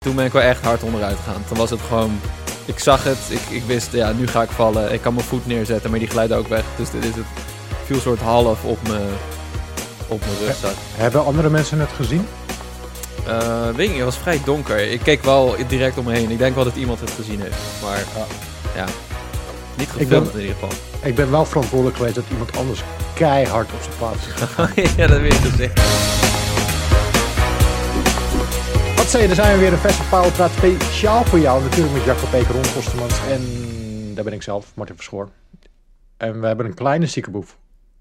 Toen ben ik wel echt hard onderuit gegaan. Toen was het gewoon... Ik zag het, ik wist, ja, nu ga ik vallen. Ik kan mijn voet neerzetten, maar die glijdt ook weg. Dus dit is het. Viel soort half op mijn rugzak. Hebben andere mensen het gezien? Weet ik niet, het was vrij donker. Ik keek wel direct om me heen. Ik denk wel dat iemand het gezien heeft. Maar ja, niet gefilmd in ieder geval. Ik ben wel verantwoordelijk geweest dat iemand anders keihard op zijn plaats is. Ja, dat weet ik dus echt. Wat zei je, er zijn we weer een Verse Powerpraat speciaal voor jou. Natuurlijk met Jacco Peker, Ron Kostermans en daar ben ik zelf, Martin Verschoor. En we hebben een kleine ziekenboef.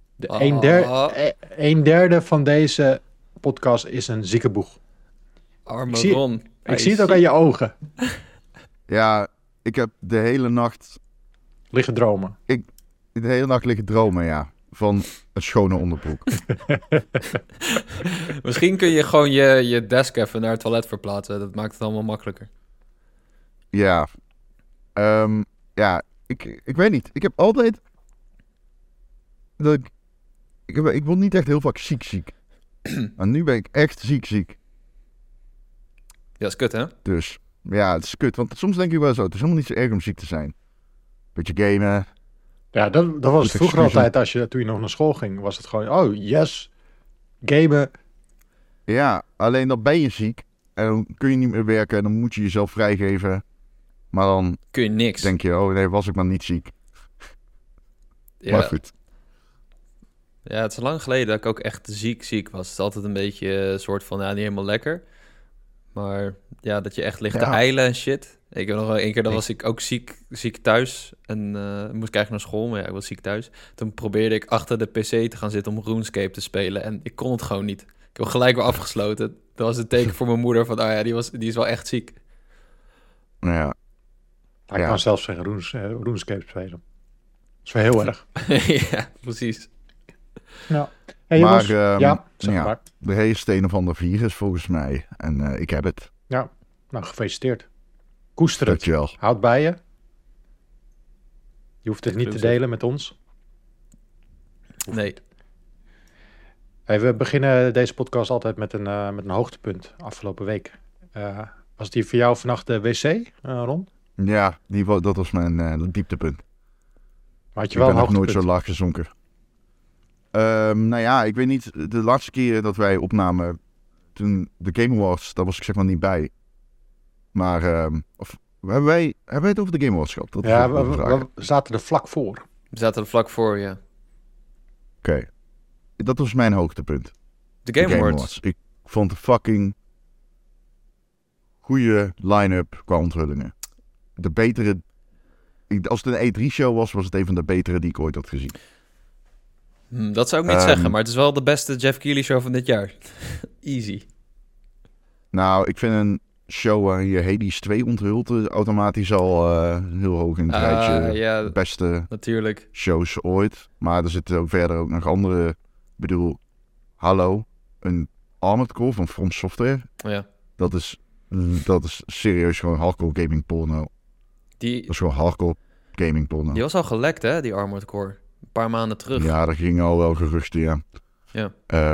Een derde van deze podcast is een ziekenboeg. Arme Ron. Ik zie het ook aan je ogen. Ja, ik heb de hele nacht... Liggen dromen. De hele nacht liggen dromen, ja. Van een schone onderbroek. Misschien kun je gewoon je desk even naar het toilet verplaatsen. Dat maakt het allemaal makkelijker. Ja. Ja, ik weet niet. Ik heb altijd... Ik word niet echt heel vaak ziek. Maar nu ben ik echt ziek. Ja, is kut, hè? Dus, ja, het is kut. Want soms denk ik wel zo, het is helemaal niet zo erg om ziek te zijn. Beetje gamen. Ja, dat was het vroeger altijd. Toen je nog naar school ging, was het gewoon, oh yes, gamen. Ja, alleen dan ben je ziek. En dan kun je niet meer werken. En dan moet je jezelf vrijgeven. Maar dan kun je niks. Denk je, oh nee, was ik maar niet ziek. Ja. Maar goed. Ja, het is lang geleden dat ik ook echt ziek was. Het is altijd een beetje een soort van, ja, niet helemaal lekker. Maar ja, dat je echt ligt te eilen en shit. Ik heb nog wel één keer, dan was ik ook ziek thuis. En moest ik eigenlijk naar school, maar ja, ik was ziek thuis. Toen probeerde ik achter de pc te gaan zitten om RuneScape te spelen. En ik kon het gewoon niet. Ik heb hem gelijk weer afgesloten. Dat was een teken voor mijn moeder van, oh ja, die is wel echt ziek. Ja. Ik kan zelfs zeggen RuneScape spelen. Dat is wel heel erg. Ja, precies. Nou, hey, maar maar de heeft een of ander virus volgens mij. En ik heb het. Ja, nou gefeliciteerd. Koester het. Dankjewel. Houd bij je. Je hoeft het niet te delen met ons. Nee. Hey, we beginnen deze podcast altijd met een hoogtepunt afgelopen week. Was die voor jou vannacht de wc, Ron? Ja, dat was mijn dieptepunt. Maar had je wel een nog hoogtepunt? nooit zo laag gezonken. Nou ja, ik weet niet. De laatste keer dat wij opnamen, toen de Game Awards, daar was ik zeg maar niet bij. Maar hebben wij het over de Game Awards gehad? Dat ja, we zaten er vlak voor. We zaten er vlak voor, ja. Oké. Dat was mijn hoogtepunt. De Game Awards. Ik vond de fucking goede line-up qua onthullingen. De betere... Als het een E3-show was het een van de betere die ik ooit had gezien. Dat zou ik niet zeggen, maar het is wel de beste Jeff Keighley show van dit jaar. Easy. Nou, ik vind een show waar je Hades 2 onthult automatisch al heel hoog in het rijtje. Ja, de beste natuurlijk. Shows ooit. Maar er zitten ook verder ook nog andere... Ik bedoel, Halo, een Armored Core van From Software. Ja. Dat is serieus gewoon hardcore gaming porno. Dat is gewoon hardcore gaming porno. Die was al gelekt, hè, die Armored Core. Een paar maanden terug. Ja, er gingen al wel geruchten, ja. Ja.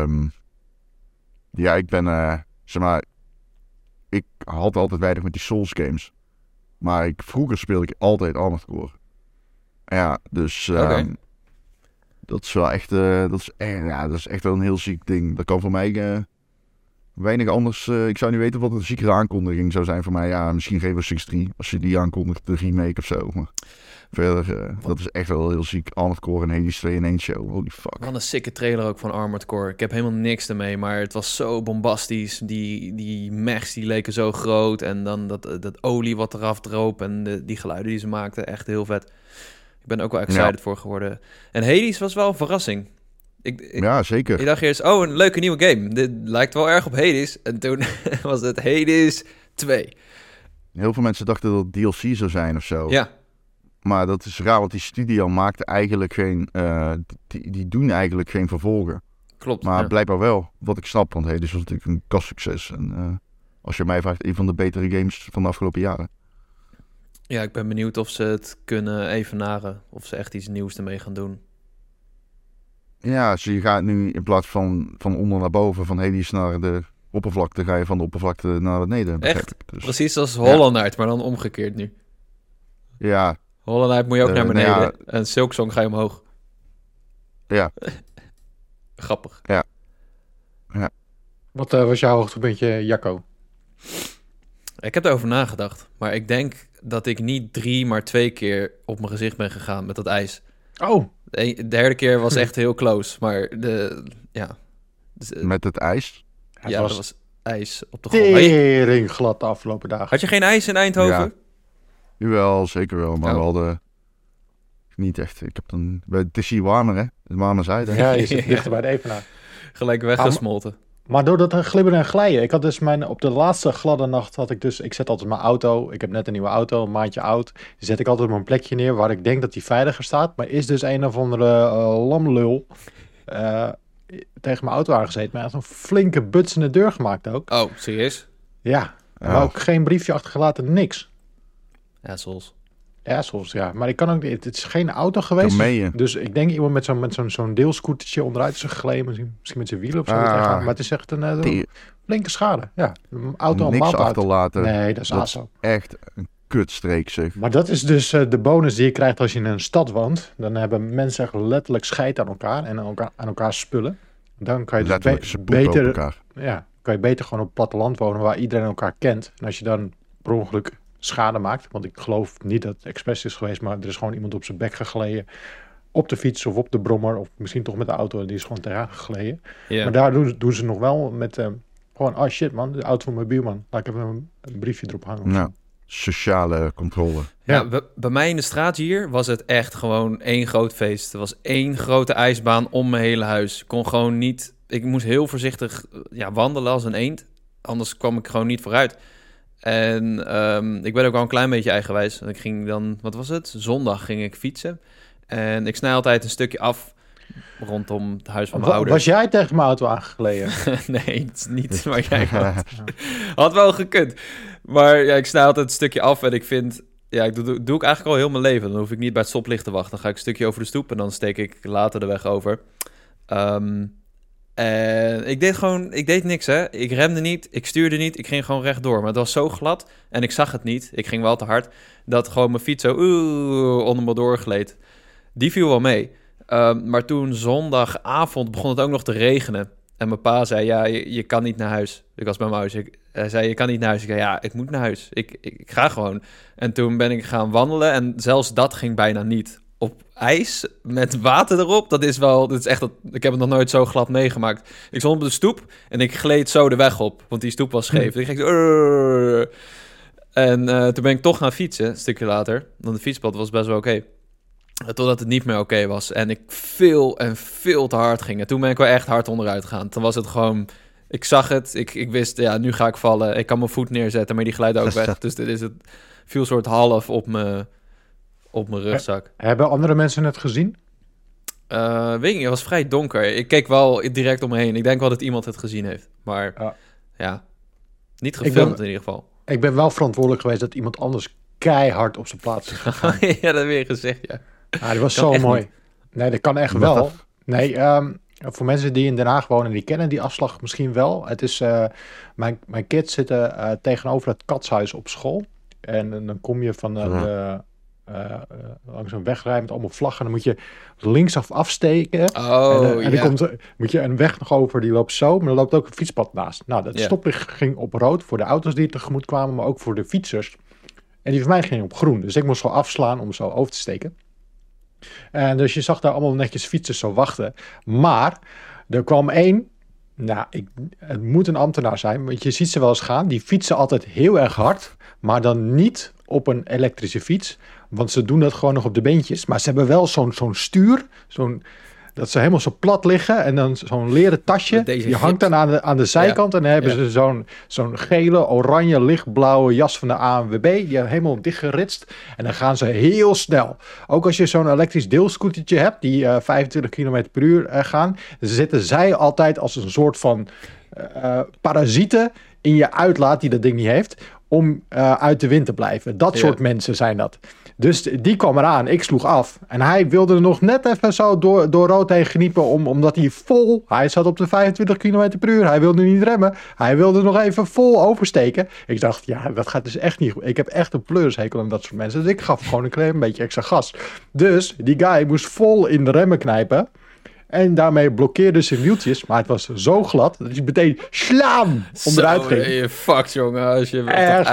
Ja, ik ben, zeg maar... Ik had altijd weinig met die Souls games. Maar vroeger speelde ik altijd Armored Core. Ja, dus... Dat is wel echt... dat is echt wel een heel ziek ding. Dat kan voor mij... weinig anders... ik zou niet weten wat een ziekere aankondiging zou zijn voor mij. Ja, misschien Rainbow Six 3. Als je die aankondigt, de remake of zo. Maar verder, dat is echt wel heel ziek. Armored Core en Hades 2 in één show. Holy fuck. Wat een sikke trailer ook van Armored Core. Ik heb helemaal niks ermee, maar het was zo bombastisch. Die mechs, die leken zo groot. En dan dat olie wat eraf droop. En die geluiden die ze maakten. Echt heel vet. Ik ben ook wel excited voor geworden. En Hades was wel een verrassing. Ja, zeker. Ik dacht eerst, een leuke nieuwe game. Dit lijkt wel erg op Hades. En toen was het Hades 2. Heel veel mensen dachten dat het DLC zou zijn of zo. Ja. Maar dat is raar, want die studio maakte eigenlijk geen... die doen eigenlijk geen vervolgen. Klopt. Maar blijkbaar wel, wat ik snap. Want Hades was natuurlijk een kastsucces. En als je mij vraagt, een van de betere games van de afgelopen jaren. Ja, ik ben benieuwd of ze het kunnen evenaren. Of ze echt iets nieuws ermee gaan doen. Ja, dus je gaat nu in plaats van onder naar boven, van Hades naar de oppervlakte ga je van de oppervlakte naar beneden. Echt? Dus, Precies als Hollow Knight, maar dan omgekeerd nu. ja. Hollow Knight moet je ook naar beneden. Nou ja. En Silksong ga je omhoog. Ja. Grappig. Ja. Wat was jouw hoogtepuntje, Jacco? Ik heb erover nagedacht. Maar ik denk dat ik niet 3, maar 2 keer op mijn gezicht ben gegaan met dat ijs. Oh. De derde keer was echt heel close. Maar Met het ijs. dat was ijs op de grond. Tering glad de afgelopen dagen. Had je geen ijs in Eindhoven? Ja. Jawel, zeker wel. Maar Oh. we hadden niet echt. Ik heb dan. Het is hier warmer, hè? Het warme zuiden. Ja, je zit dichter bij de Evenaar. Gelijk weggesmolten. Maar door dat glibberen en glijden. Ik had dus op de laatste gladde nacht ik zet altijd mijn auto. Ik heb net een nieuwe auto, een maandje oud. Die zet ik altijd op een plekje neer waar ik denk dat die veiliger staat. Maar is dus een of andere lamlul tegen mijn auto aangezeten. Maar hij had een flinke butsende deur gemaakt ook. Oh, serieus? Ja, maar ook geen briefje achtergelaten, niks. Ja, zoals. Ja, soms ja. Maar ik kan ook niet. Het is geen auto geweest. Kan mee, Dus ik denk iemand met zo'n deelscootertje onderuit is gegleden. Misschien met zijn wielen of zo. Ah. Maar het is echt een flinke schade. Ja, een auto een Niks maand uit. achterlaten. Nee, dat is Dat ASO. Echt een kutstreek, zeg. Maar dat is dus de bonus die je krijgt als je in een stad woont. Dan hebben mensen echt letterlijk scheid aan elkaar en aan elkaar spullen. Dan kan je dus Letterlijk, ze poepen op beter, elkaar. ja, kan je beter gewoon op het platteland wonen waar iedereen elkaar kent. En als je dan per ongeluk schade maakt, want ik geloof niet dat het expres is geweest, maar er is gewoon iemand op zijn bek gegleden. Op de fiets of op de brommer, of misschien toch met de auto, die is gewoon tegenaan gegleden. Ja. Maar daar doen ze nog wel met gewoon, oh shit man, de auto van mijn buurman. Laat ik even een briefje erop hangen. of Nou, zo. sociale controle. Ja, bij mij in de straat hier was het echt gewoon één groot feest. Er was één grote ijsbaan om mijn hele huis. Ik kon gewoon niet... Ik moest heel voorzichtig wandelen als een eend. Anders kwam ik gewoon niet vooruit. En ik ben ook wel een klein beetje eigenwijs. Ik ging dan, wat was het? Zondag ging ik fietsen. En ik snij altijd een stukje af rondom het huis van mijn ouders. Was jij tegen mijn auto aangegleden? Nee, het is niet waar jij had. Had wel gekund. Maar ja, ik snij altijd een stukje af en ik vind... Ja, ik doe ik eigenlijk al heel mijn leven. Dan hoef ik niet bij het stoplicht te wachten. Dan ga ik een stukje over de stoep en dan steek ik later de weg over. En ik deed niks, hè. Ik remde niet, ik stuurde niet, ik ging gewoon rechtdoor. Maar het was zo glad en ik zag het niet. Ik ging wel te hard, dat gewoon mijn fiets zo onder me doorgleed. Die viel wel mee. Maar toen zondagavond begon het ook nog te regenen. En mijn pa zei, ja, je kan niet naar huis. Ik was bij mijn huis. Hij zei, je kan niet naar huis. Ik zei, ja, ik moet naar huis. Ik ga gewoon. En toen ben ik gaan wandelen en zelfs dat ging bijna niet. Op ijs met water erop, dat is echt... Ik heb het nog nooit zo glad meegemaakt. Ik stond op de stoep en ik gleed zo de weg op, want die stoep was scheef. Ik ging zo... En toen ben ik toch gaan fietsen, een stukje later. Want de fietspad was best wel oké. Totdat het niet meer oké was. En ik veel te hard ging. En toen ben ik wel echt hard onderuit gegaan. Toen was het gewoon... Ik zag het, ik wist, ja, nu ga ik vallen. Ik kan mijn voet neerzetten, maar die glijdt ook weg. Dus dit is het... Viel soort half op mijn rugzak. Hebben andere mensen het gezien? Weet ik niet, het was vrij donker. Ik keek wel direct om me heen. Ik denk wel dat iemand het gezien heeft. Maar ja, niet gefilmd in ieder geval. Ik ben wel verantwoordelijk geweest dat iemand anders keihard op zijn plaats is gegaan. Ja, dat weer gezegd, ja. Ah, dat was Kan zo echt mooi. niet. Nee, dat kan echt Wat wel. dan? Nee, voor mensen die in Den Haag wonen, die kennen die afslag misschien wel. Het is, mijn kids zitten tegenover het katshuis op school. En dan kom je van langs een wegrij met allemaal vlaggen. Dan moet je linksaf afsteken. Oh, en dan moet je een weg nog over, die loopt zo. Maar er loopt ook een fietspad naast. Nou, dat stoplicht ging op rood voor de auto's die tegemoet kwamen, maar ook voor de fietsers. En die van mij ging op groen. Dus ik moest zo afslaan om zo over te steken. En dus je zag daar allemaal netjes fietsers zo wachten. Maar er kwam één. Nou, het moet een ambtenaar zijn. Want je ziet ze wel eens gaan. Die fietsen altijd heel erg hard. Maar dan niet op een elektrische fiets. Want ze doen dat gewoon nog op de beentjes. Maar ze hebben wel zo'n stuur. Dat ze helemaal zo plat liggen. En dan zo'n leren tasje. Die hangt dan aan de zijkant. En dan hebben ze zo'n gele, oranje, lichtblauwe jas van de ANWB. Die helemaal dichtgeritst. En dan gaan ze heel snel. Ook als je zo'n elektrisch deelscootertje hebt. Die 25 km per uur gaan. Dan zitten zij altijd als een soort van parasieten in je uitlaat. Die dat ding niet heeft. om uit de wind te blijven. Dat soort mensen zijn dat. Dus die kwam eraan. Ik sloeg af. En hij wilde er nog net even zo door rood heen gniepen. Omdat hij vol... Hij zat op de 25 km per uur. Hij wilde niet remmen. Hij wilde nog even vol oversteken. Ik dacht, ja, dat gaat dus echt niet goed. Ik heb echt een pleurishekel aan dat soort mensen. Dus ik gaf gewoon een klein beetje extra gas. Dus die guy moest vol in de remmen knijpen. En daarmee blokkeerde zijn wieltjes. Maar het was zo glad dat hij meteen slaan onderuit ging. Je fucked, jongen. Als je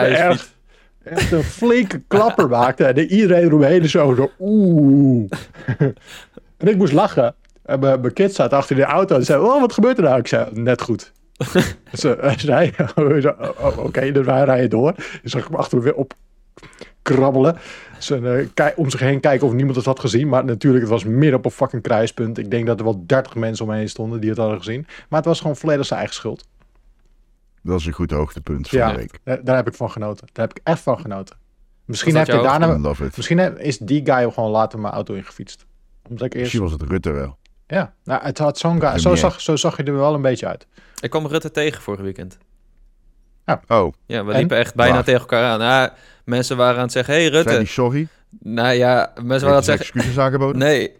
echt een flinke klapper maakte. En iedereen eromheen zo oeh. En ik moest lachen. En mijn kids zaten achter in de auto. En zeiden, wat gebeurt er nou? Ik zei, net goed. Ze zei, oké, dus wij rijden door. Ik zag hem achter me weer op krabbelen. Om zich heen kijken of niemand het had gezien. Maar natuurlijk, het was midden op een fucking kruispunt. Ik denk dat er wel 30 mensen omheen stonden die het hadden gezien. Maar het was gewoon volledig zijn eigen schuld. Dat is een goed hoogtepunt van de week. Daar heb ik van genoten. Daar heb ik echt van genoten. Misschien heeft hij daarna... Misschien is die guy gewoon later mijn auto ingefietst. Misschien was het Rutte wel. Ja, nou, het had zo'n guy. Zo zag je er wel een beetje uit. Ik kwam Rutte tegen vorige weekend. Ja. Oh. Ja, we liepen echt bijna tegen elkaar aan. Nou, mensen waren aan het zeggen, hey Rutte. Zei die sorry? Nou ja, mensen waren aan het zeggen... excuses aangeboden? Nee.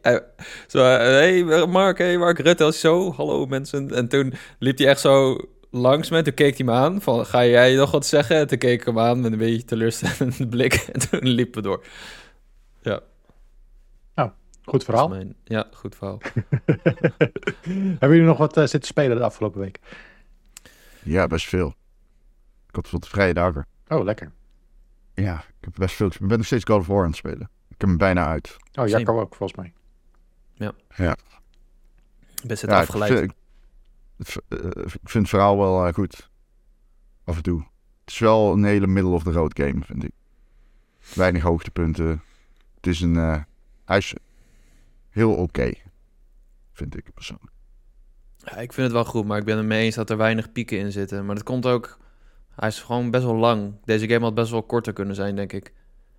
Hey Mark Rutte. Was zo, hallo mensen. En toen liep hij echt zo langs me. Toen keek hij me aan van, ga jij nog wat zeggen? En toen keek ik hem aan met een beetje teleurstellende blik. En toen liepen we door. Ja. Nou, goed verhaal. Ja, goed verhaal. Hebben jullie nog wat zitten spelen de afgelopen week? Ja, best veel. Ik had wat vrije dagen. Oh, lekker. Ja, ik heb best veel. Ik ben nog steeds God of War aan het spelen. Ik heb hem bijna uit. Oh, jij kan ook, volgens mij. Ja. Best het afgeleid. Ik vind het verhaal wel goed. Af en toe. Het is wel een hele middle of the road game, vind ik. Weinig hoogtepunten. Het is hij is heel oké. Vind ik persoonlijk. Ja, ik vind het wel goed, maar ik ben het mee eens dat er weinig pieken in zitten. Maar dat komt ook... Hij is gewoon best wel lang. Deze game had best wel korter kunnen zijn, denk ik.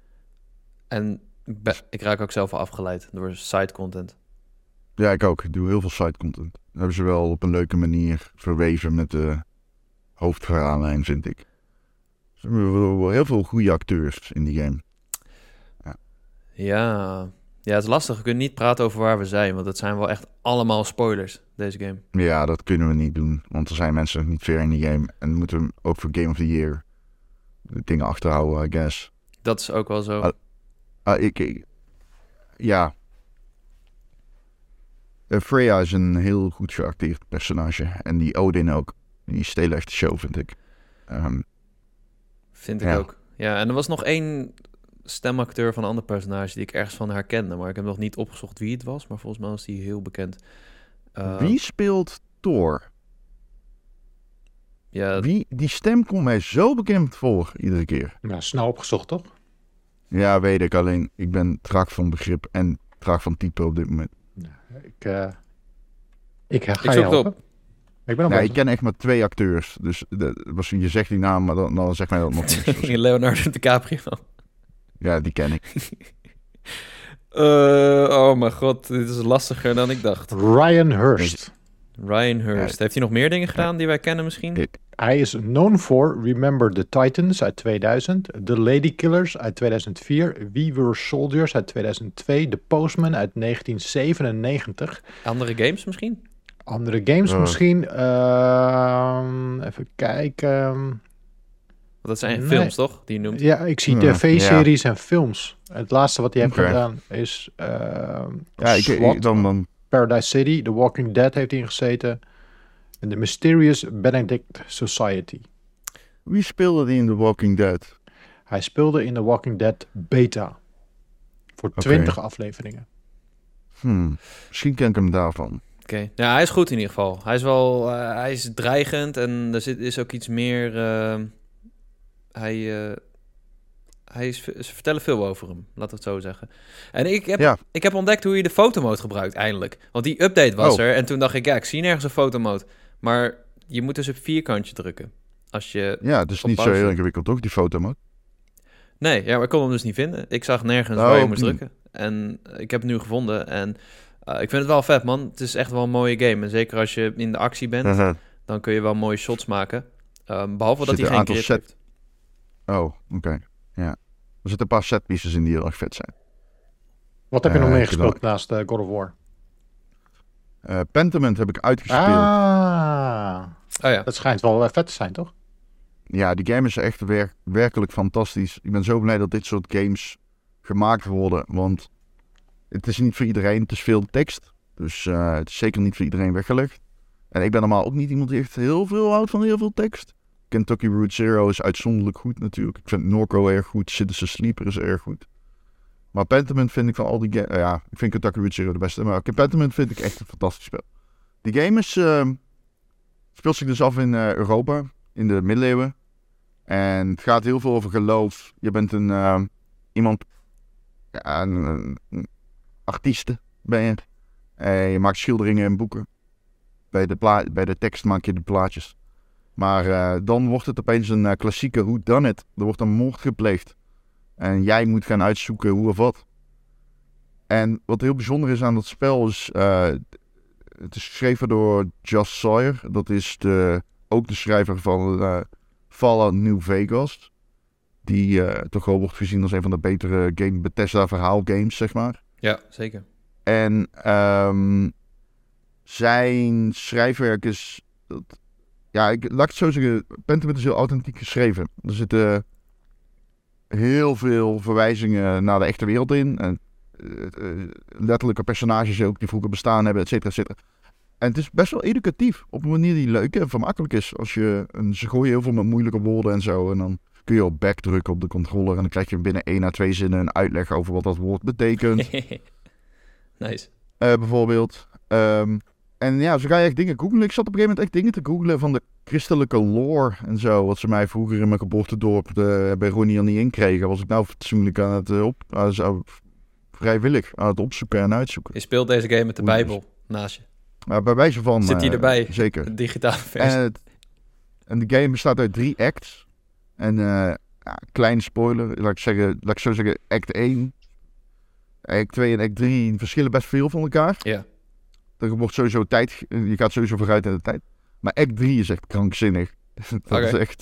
En ik raak ook zelf wel afgeleid door side content. Ja, ik ook. Ik doe heel veel side content. Dat hebben ze wel op een leuke manier verweven met de hoofdverhaallijn, vind ik. Ze hebben wel heel veel goede acteurs in die game. Ja, het is lastig. We kunnen niet praten over waar we zijn, want dat zijn wel echt allemaal spoilers, deze game. Ja, dat kunnen we niet doen, want er zijn mensen niet ver in die game. En moeten we ook voor Game of the Year de dingen achterhouden, I guess. Dat is ook wel zo. Ja. Freya is een heel goed geacteerd personage. En die Odin ook. Die stelen echt de show, vind ik. Vind ik ook. Ja, en er was nog één stemacteur van een ander personage die ik ergens van herkende. Maar ik heb nog niet opgezocht wie het was. Maar volgens mij was die heel bekend. Wie speelt Thor? Ja, Die stem komt mij zo bekend voor, iedere keer. Nou, snel opgezocht, toch? Ja, weet ik. Alleen, ik ben traag van begrip en traag van type op dit moment. Ik ga je helpen. Ik ken echt maar 2 acteurs. Dus je zegt die naam, maar dan zegt mij dat nog niet. Leonardo DiCaprio. Ja, die ken ik. Oh mijn god, dit is lastiger dan ik dacht. Ryan Hurst. Heeft hij nog meer dingen gedaan die wij kennen misschien? Hij is known for Remember the Titans uit 2000, The Ladykillers uit 2004, We Were Soldiers uit 2002, The Postman uit 1997. Andere games misschien? Andere games misschien. Even kijken. Dat zijn films, toch? Die je noemt. Ja, ik zie tv-series en films. Het laatste wat hij heeft gedaan is dan Paradise City, The Walking Dead heeft hij ingezeten. En The Mysterious Benedict Society. Wie speelde die in The Walking Dead? Hij speelde in The Walking Dead beta. Voor 20 afleveringen. Misschien ken ik hem daarvan. Oké. Ja, hij is goed in ieder geval. Hij is wel, hij is dreigend en er is ook iets meer. Ze vertellen veel over hem, laten we het zo zeggen. En ik heb ontdekt hoe je de fotomode gebruikt eindelijk. Want die update was er en toen dacht ik, ik zie nergens een fotomode. Maar je moet dus op vierkantje drukken. Als je het is niet zo heel ingewikkeld, toch, die fotomode? Nee, maar ik kon hem dus niet vinden. Ik zag nergens waar je moest drukken. En ik heb het nu gevonden en ik vind het wel vet, man. Het is echt wel een mooie game. En zeker als je in de actie bent, dan kun je wel mooie shots maken. Behalve dat hij geen grip heeft. Oh, oké. Ja. Er zitten een paar setpieces in die heel erg vet zijn. Wat heb je nog ik meegespeeld naast God of War? Pentiment heb ik uitgespeeld. Oh ja. Dat schijnt wel vet te zijn, toch? Ja, die game is echt werkelijk fantastisch. Ik ben zo blij dat dit soort games gemaakt worden. Want het is niet voor iedereen. Het is veel tekst. Dus het is zeker niet voor iedereen weggelegd. En ik ben normaal ook niet iemand die echt heel veel houdt van heel veel tekst. Kentucky Route Zero is uitzonderlijk goed natuurlijk. Ik vind Norco erg goed. Citizen Sleeper is erg goed. Maar Pentiment vind ik van al die games... ja, ik vind Kentucky Route Zero de beste. Maar Pentiment vind ik echt een fantastisch spel. Die game is... speelt zich dus af in Europa. In de middeleeuwen. En het gaat heel veel over geloof. Je bent een artieste ben je. Je maakt schilderingen en boeken. Bij de tekst maak je de plaatjes. Maar dan wordt het opeens een klassieke whodunit. Er wordt een moord gepleegd. En jij moet gaan uitzoeken hoe of wat. En wat heel bijzonder is aan dat spel is... het is geschreven door Josh Sawyer. Dat is ook de schrijver van Fallout New Vegas. Die toch wel wordt gezien als een van de betere Bethesda verhaalgames, zeg maar. Ja, zeker. En zijn schrijfwerk is... laat ik het zo zeggen. Pentiment is heel authentiek geschreven. Er zitten heel veel verwijzingen naar de echte wereld in. En letterlijke personages ook die vroeger bestaan hebben, et cetera, et cetera. En het is best wel educatief. Op een manier die leuk en vermakkelijk is. Ze gooien heel veel met moeilijke woorden en zo. En dan kun je op back drukken op de controller. En dan krijg je binnen 1 à 2 zinnen een uitleg over wat dat woord betekent. Nice. Bijvoorbeeld. En ja, zo ga je echt dingen googlen. Ik zat op een gegeven moment echt dingen te googlen van de christelijke lore en zo. Wat ze mij vroeger in mijn geboortedorp bij Ronnie er niet in kregen. Was ik nou fatsoenlijk aan het vrijwillig aan het opzoeken en uitzoeken. Je speelt deze game met de Bijbel naast je. Bij wijze van... Zit die erbij? Zeker. De digitale versie. En de game bestaat uit 3 acts. En kleine spoiler, laat ik zo zeggen, act 1, act 2 en act 3 verschillen best veel van elkaar. Ja. Er wordt sowieso je gaat sowieso vooruit in de tijd. Maar act 3 is echt krankzinnig. Dat is echt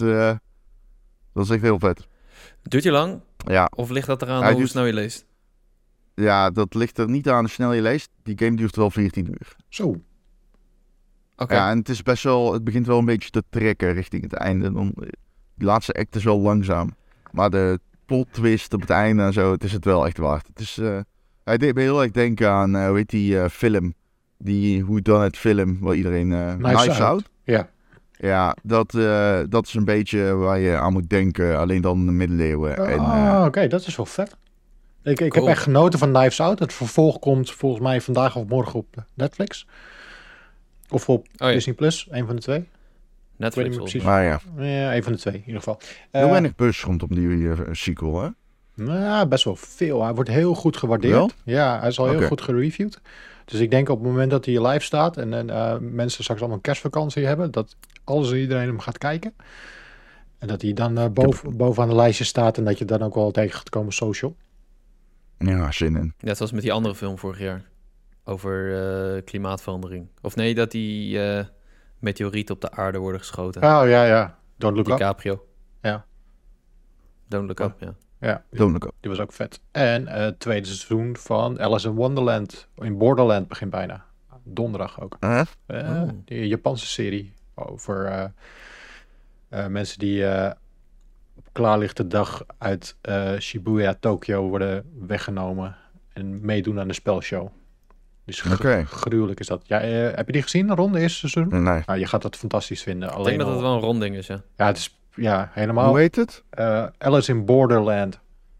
heel vet. Duurt je lang? Ja. Of ligt dat eraan hoe snel je leest? Ja, dat ligt er niet aan hoe snel je leest. Die game duurt wel 14 uur. Zo. Okay. Ja, en het begint wel een beetje te trekken richting het einde. Die laatste act is wel langzaam. Maar de plot twist op het einde en zo, het is het wel echt waard. Het is, hij deed me heel erg denken aan, hoe heet die film? Die whodunit film, waar iedereen... Knives Out? Ja. Ja, dat is een beetje waar je aan moet denken. Alleen dan in de middeleeuwen. Oké, dat is wel vet. Ik heb echt genoten van Knives Out. Het vervolg komt volgens mij vandaag of morgen op Netflix. Of op Disney Plus, een van de twee. Netflix precies. Ja, een van de twee in ieder geval. Heel weinig buzz rondom die sequel, hè? Nou, best wel veel. Hij wordt heel goed gewaardeerd. Wel? Ja, hij is al heel goed gereviewd. Dus ik denk op het moment dat hij live staat en mensen straks allemaal een kerstvakantie hebben, dat alles en iedereen hem gaat kijken. En dat hij dan bovenaan de lijstje staat en dat je dan ook wel tegen gaat komen social. Ja, zin in. Net zoals met die andere film vorig jaar. Over klimaatverandering. Of nee, dat die meteorieten op de aarde worden geschoten. Oh, ja. Don't Look Up. DiCaprio. Ja. Don't Look Up, ja. Ja, Don't Look Up. Die was ook vet. En het tweede seizoen van Alice in Wonderland. In Borderland begint bijna. Donderdag ook. Die Japanse serie over mensen die op klaarlichte dag uit Shibuya, Tokio worden weggenomen en meedoen aan de spelshow. Dus gruwelijk is dat. Ja, heb je die gezien, Ron, de eerste seizoen? Nee. Nou, je gaat dat fantastisch vinden. Ik denk dat het wel een ronding is, ja. Ja, het is helemaal... Hoe heet het? Alice in Borderland.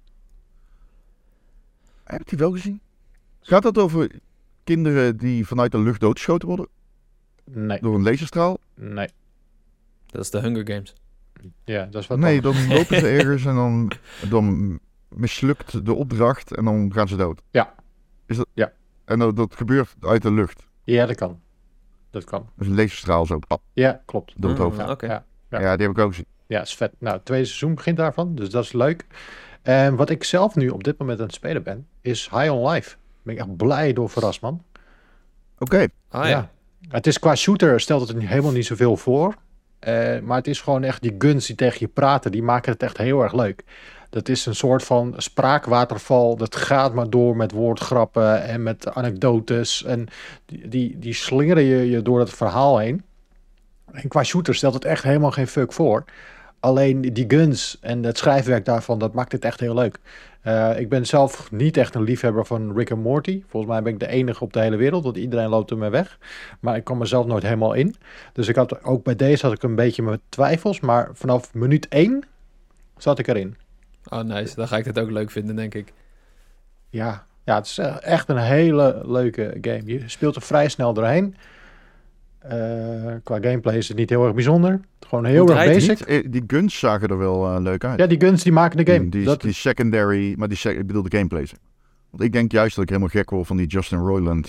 Heb je die wel gezien? Gaat dat over kinderen die vanuit de lucht doodgeschoten worden? Nee. Door een laserstraal? Nee. Dat is de Hunger Games. Ja, dat is wat Nee, dan lopen ze ergens en dan mislukt de opdracht en dan gaan ze dood. Ja. Is dat? Ja. En dat gebeurt uit de lucht? Ja, dat kan. Dat kan. Dus een laserstraal zo. Pap, ja, klopt. door het hoofd. Okay. Ja, die heb ik ook gezien. Ja, is vet. Nou, het tweede seizoen begint daarvan, dus dat is leuk. En wat ik zelf nu op dit moment aan het spelen ben, is High on Life. Ben ik echt blij door verrast, man. Oké. Ah ja. Het is qua shooter, stelt het er helemaal niet zoveel voor. Maar het is gewoon echt die guns die tegen je praten, die maken het echt heel erg leuk. Dat is een soort van spraakwaterval. Dat gaat maar door met woordgrappen en met anekdotes. En die slingeren je door het verhaal heen. En qua shooter stelt het echt helemaal geen fuck voor. Alleen die guns en het schrijfwerk daarvan, dat maakt het echt heel leuk. Ik ben zelf niet echt een liefhebber van Rick and Morty. Volgens mij ben ik de enige op de hele wereld, want iedereen loopt ermee weg. Maar ik kwam mezelf nooit helemaal in. Dus ook bij deze had ik een beetje mijn twijfels. Maar vanaf minuut 1 zat ik erin. Oh, nice. Dan ga ik het ook leuk vinden, denk ik. Ja, het is echt een hele leuke game. Je speelt er vrij snel doorheen. Qua gameplay is het niet heel erg bijzonder. Gewoon heel erg basic. Die guns zagen er wel leuk uit. Ja, die guns die maken de game. Die secondary, maar ik bedoel de gameplay. Want ik denk juist dat ik helemaal gek word van die Justin Roiland.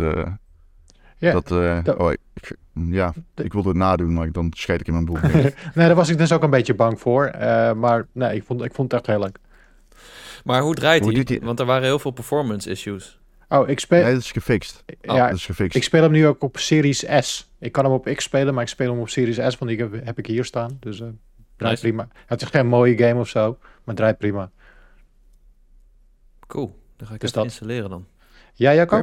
Ik wilde het nadoen, maar dan scheet ik in mijn boek. Nee, daar was ik dus ook een beetje bang voor. Maar nee, ik vond het echt heel leuk. Maar hoe draait hij? Want er waren heel veel performance issues. Oh, ik speel... Nee, dat is gefixt. Ja, dat is gefixt. Ik speel hem nu ook op Series S. Ik kan hem op X spelen, maar ik speel hem op Series S, want die heb ik hier staan. Dus draait prima. Het is geen mooie game of zo, maar draait prima. Cool. Dan ga ik het installeren dan. Ja, Jacco?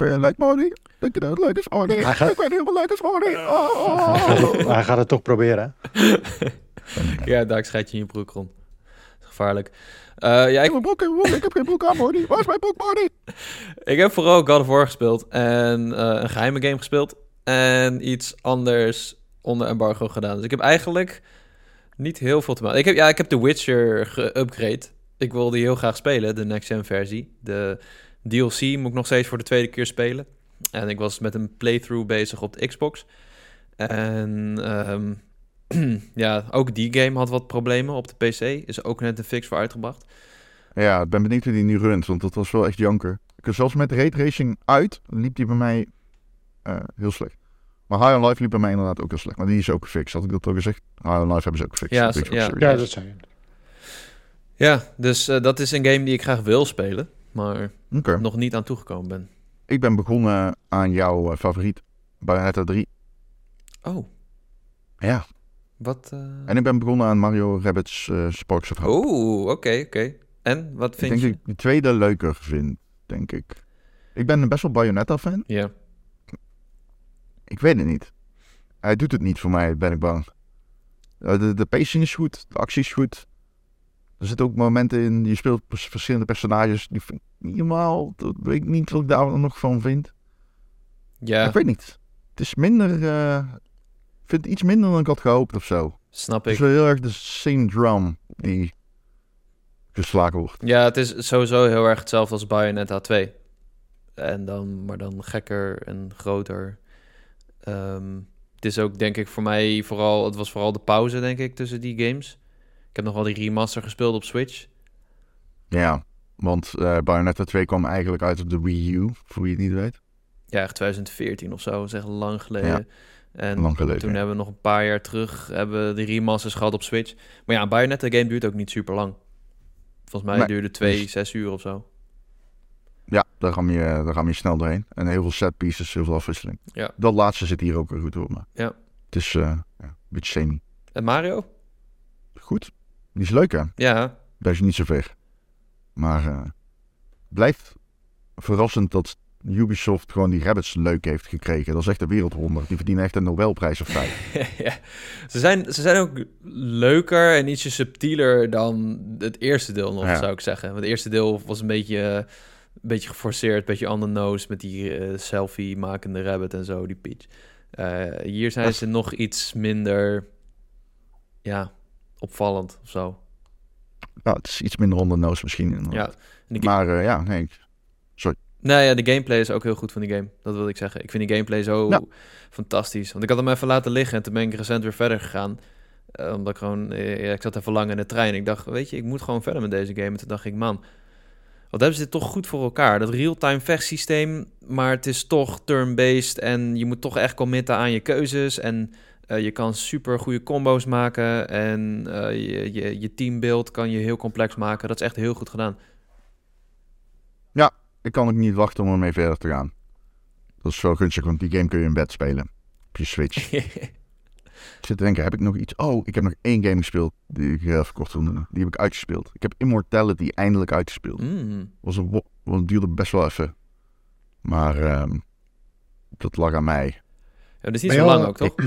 Hij gaat het toch proberen. Ja, daar schijt je in je broek rond. Dat is gevaarlijk. Ik heb geen broek aan, Morty. Waar is mijn broek, Morty? Ik heb vooral God of War gespeeld en een geheime game gespeeld en iets anders onder embargo gedaan. Dus ik heb eigenlijk niet heel veel te maken. Ik heb The Witcher geupgrade. Ik wil die heel graag spelen, de next-gen versie. De DLC moet ik nog steeds voor de tweede keer spelen. En ik was met een playthrough bezig op de Xbox. En ook die game had wat problemen op de PC. Is ook net een fix voor uitgebracht. Ja, ik ben benieuwd hoe die nu runt, want dat was wel echt janker. Zelfs met raytracing uit, liep die bij mij heel slecht. Maar High on Life liep bij mij inderdaad ook heel slecht. Maar die is ook gefixt, had ik dat al gezegd? High on Life hebben ze ook gefixt. Ja, dat zei je. Ja, dus dat is een game die ik graag wil spelen, maar nog niet aan toegekomen ben. Ik ben begonnen aan jouw favoriet, Bayonetta 3. Oh. Ja. Wat? En ik ben begonnen aan Mario Rabbids Sparks of Hope. Oh, oké. En, wat vind je? Ik denk dat ik die tweede leuker vind, denk ik. Ik ben best wel Bayonetta-fan. Ja. Ik weet het niet. Hij doet het niet voor mij, ben ik bang. De pacing is goed, de actie is goed. Er zitten ook momenten in, je speelt verschillende personages. Die vind ik niet helemaal, dat weet ik niet wat ik daar nog van vind. Ja. Ik weet niet. Het is minder, ik vind het iets minder dan ik had gehoopt of zo. Snap ik. Het is wel heel erg de same drum die geslagen wordt. Ja, het is sowieso heel erg hetzelfde als Bayonetta 2. Maar dan gekker en groter. Het is ook, denk ik, voor mij het was vooral de pauze, denk ik, tussen die games. Ik heb nog wel die remaster gespeeld op Switch. Ja, want Bayonetta 2 kwam eigenlijk uit op de Wii U, voor wie het niet weet. Ja, echt 2014 of zo, dat is echt lang geleden. Ja, en lang geleden, toen hebben we nog een paar jaar terug hebben die remasters gehad op Switch. Maar ja, een Bayonetta game duurt ook niet super lang. Volgens mij duurde 6 uur of zo. Ja, daar ga je snel doorheen. En heel veel set pieces, heel veel afwisseling. Ja. Dat laatste zit hier ook weer goed door. Maar ja. Het is een beetje semi. En Mario? Goed. Die is leuk, hè? Ja. Dat is niet zo ver. Maar blijft verrassend dat Ubisoft gewoon die Rabbids leuk heeft gekregen. Dat is echt een wereldwonder. Die verdienen echt een Nobelprijs of 5. Ja. Ze zijn ook leuker en ietsje subtieler dan het eerste deel nog, zou ik zeggen. Want het eerste deel was een beetje geforceerd, een beetje on the nose met die selfie-makende rabbit en zo, die Peach. Hier zijn ze nog iets minder opvallend of zo. Nou, het is iets minder on the nose misschien. Ja. Maar nee. Sorry. Nou ja, de gameplay is ook heel goed van die game. Dat wil ik zeggen. Ik vind die gameplay zo fantastisch. Want ik had hem even laten liggen en toen ben ik recent weer verder gegaan. Omdat ik gewoon... ik zat even lang in de trein. Ik dacht, weet je, ik moet gewoon verder met deze game. En toen dacht ik, man, wat hebben ze dit toch goed voor elkaar. Dat real-time vechtsysteem, maar het is toch turn-based. En je moet toch echt committen aan je keuzes. En je kan super goede combo's maken. En je teambeeld kan je heel complex maken. Dat is echt heel goed gedaan. Ja, ik kan ook niet wachten om ermee verder te gaan. Dat is wel gunstig, want die game kun je in bed spelen. Op je Switch. Ik zit te denken, heb ik nog iets? Oh, ik heb nog 1 game gespeeld die ik even kort wil noemen. Die heb ik uitgespeeld. Ik heb Immortality eindelijk uitgespeeld. Duurde best wel even. Maar dat lag aan mij. Ja, dat is niet zo lang ook, toch?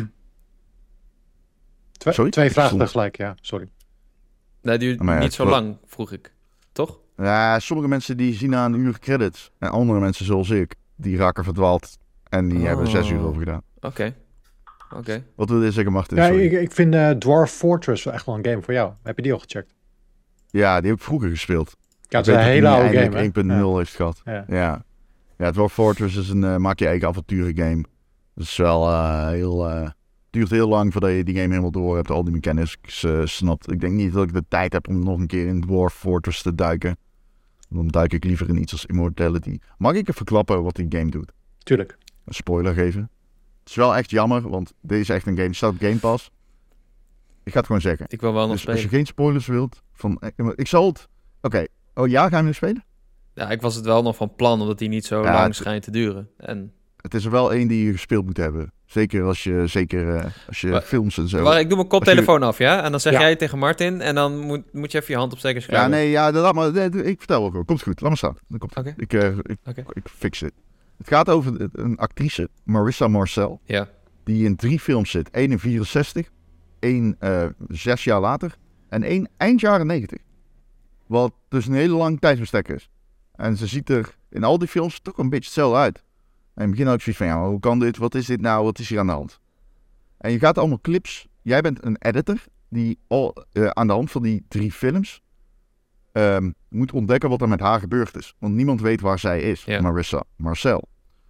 Twee vragen tegelijk, ja. Sorry. Nee, die duurt niet zo lang, vroeg ik. Toch? Ja, sommige mensen die zien aan een uur credits. En andere mensen zoals ik, die raken verdwaald. En die hebben 6 uur over gedaan. Oké. Wat wil je zeggen, Martin? Ja, ik vind Dwarf Fortress echt wel een game voor jou. Heb je die al gecheckt? Ja, die heb ik vroeger gespeeld. Ja, het is een hele oude game, 1.0 heeft gehad. Ja, Dwarf Fortress is een maak je eigen avonturen game. Dat is wel duurt heel lang voordat je die game helemaal door hebt. Al die mechanics snapt. Ik denk niet dat ik de tijd heb om nog een keer in Dwarf Fortress te duiken. Dan duik ik liever in iets als Immortality. Mag ik even verklappen wat die game doet? Tuurlijk. Een spoiler geven. Het is wel echt jammer, want deze is echt een game. Die staat op Game Pass. Ik ga het gewoon zeggen. Ik wil wel nog dus spelen. Als je geen spoilers wilt, ik zal het... Oké. Oh ja, gaan we nu spelen? Ja, ik was het wel nog van plan, omdat die niet zo lang schijnt te duren. En... Het is er wel één die je gespeeld moet hebben. Zeker als je films en zo... Ik doe mijn koptelefoon af, ja? En dan zeg jij tegen Martin en dan moet je even je hand opsteken schrijven. Ik vertel ook wel. Komt goed, laat maar staan. Dan komt okay. Ik fix het. Het gaat over een actrice, Marissa Marcel. Ja. Die in 3 films zit. 1 in 64, 1 6 jaar later en 1 eind jaren 90. Wat dus een hele lang tijdsbestek is. En ze ziet er in al die films toch een beetje hetzelfde uit. En in het begin had ik zoiets van, ja, hoe kan dit? Wat is dit nou? Wat is hier aan de hand? En je gaat allemaal clips. Jij bent een editor die aan de hand van die 3 films moet ontdekken wat er met haar gebeurd is. Want niemand weet waar zij is, Marissa Marcel.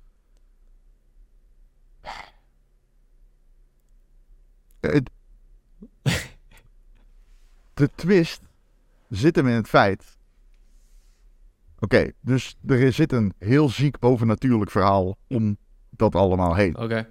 De twist zit hem in het feit... Oké, dus er zit een heel ziek bovennatuurlijk verhaal om dat allemaal heen. Oké.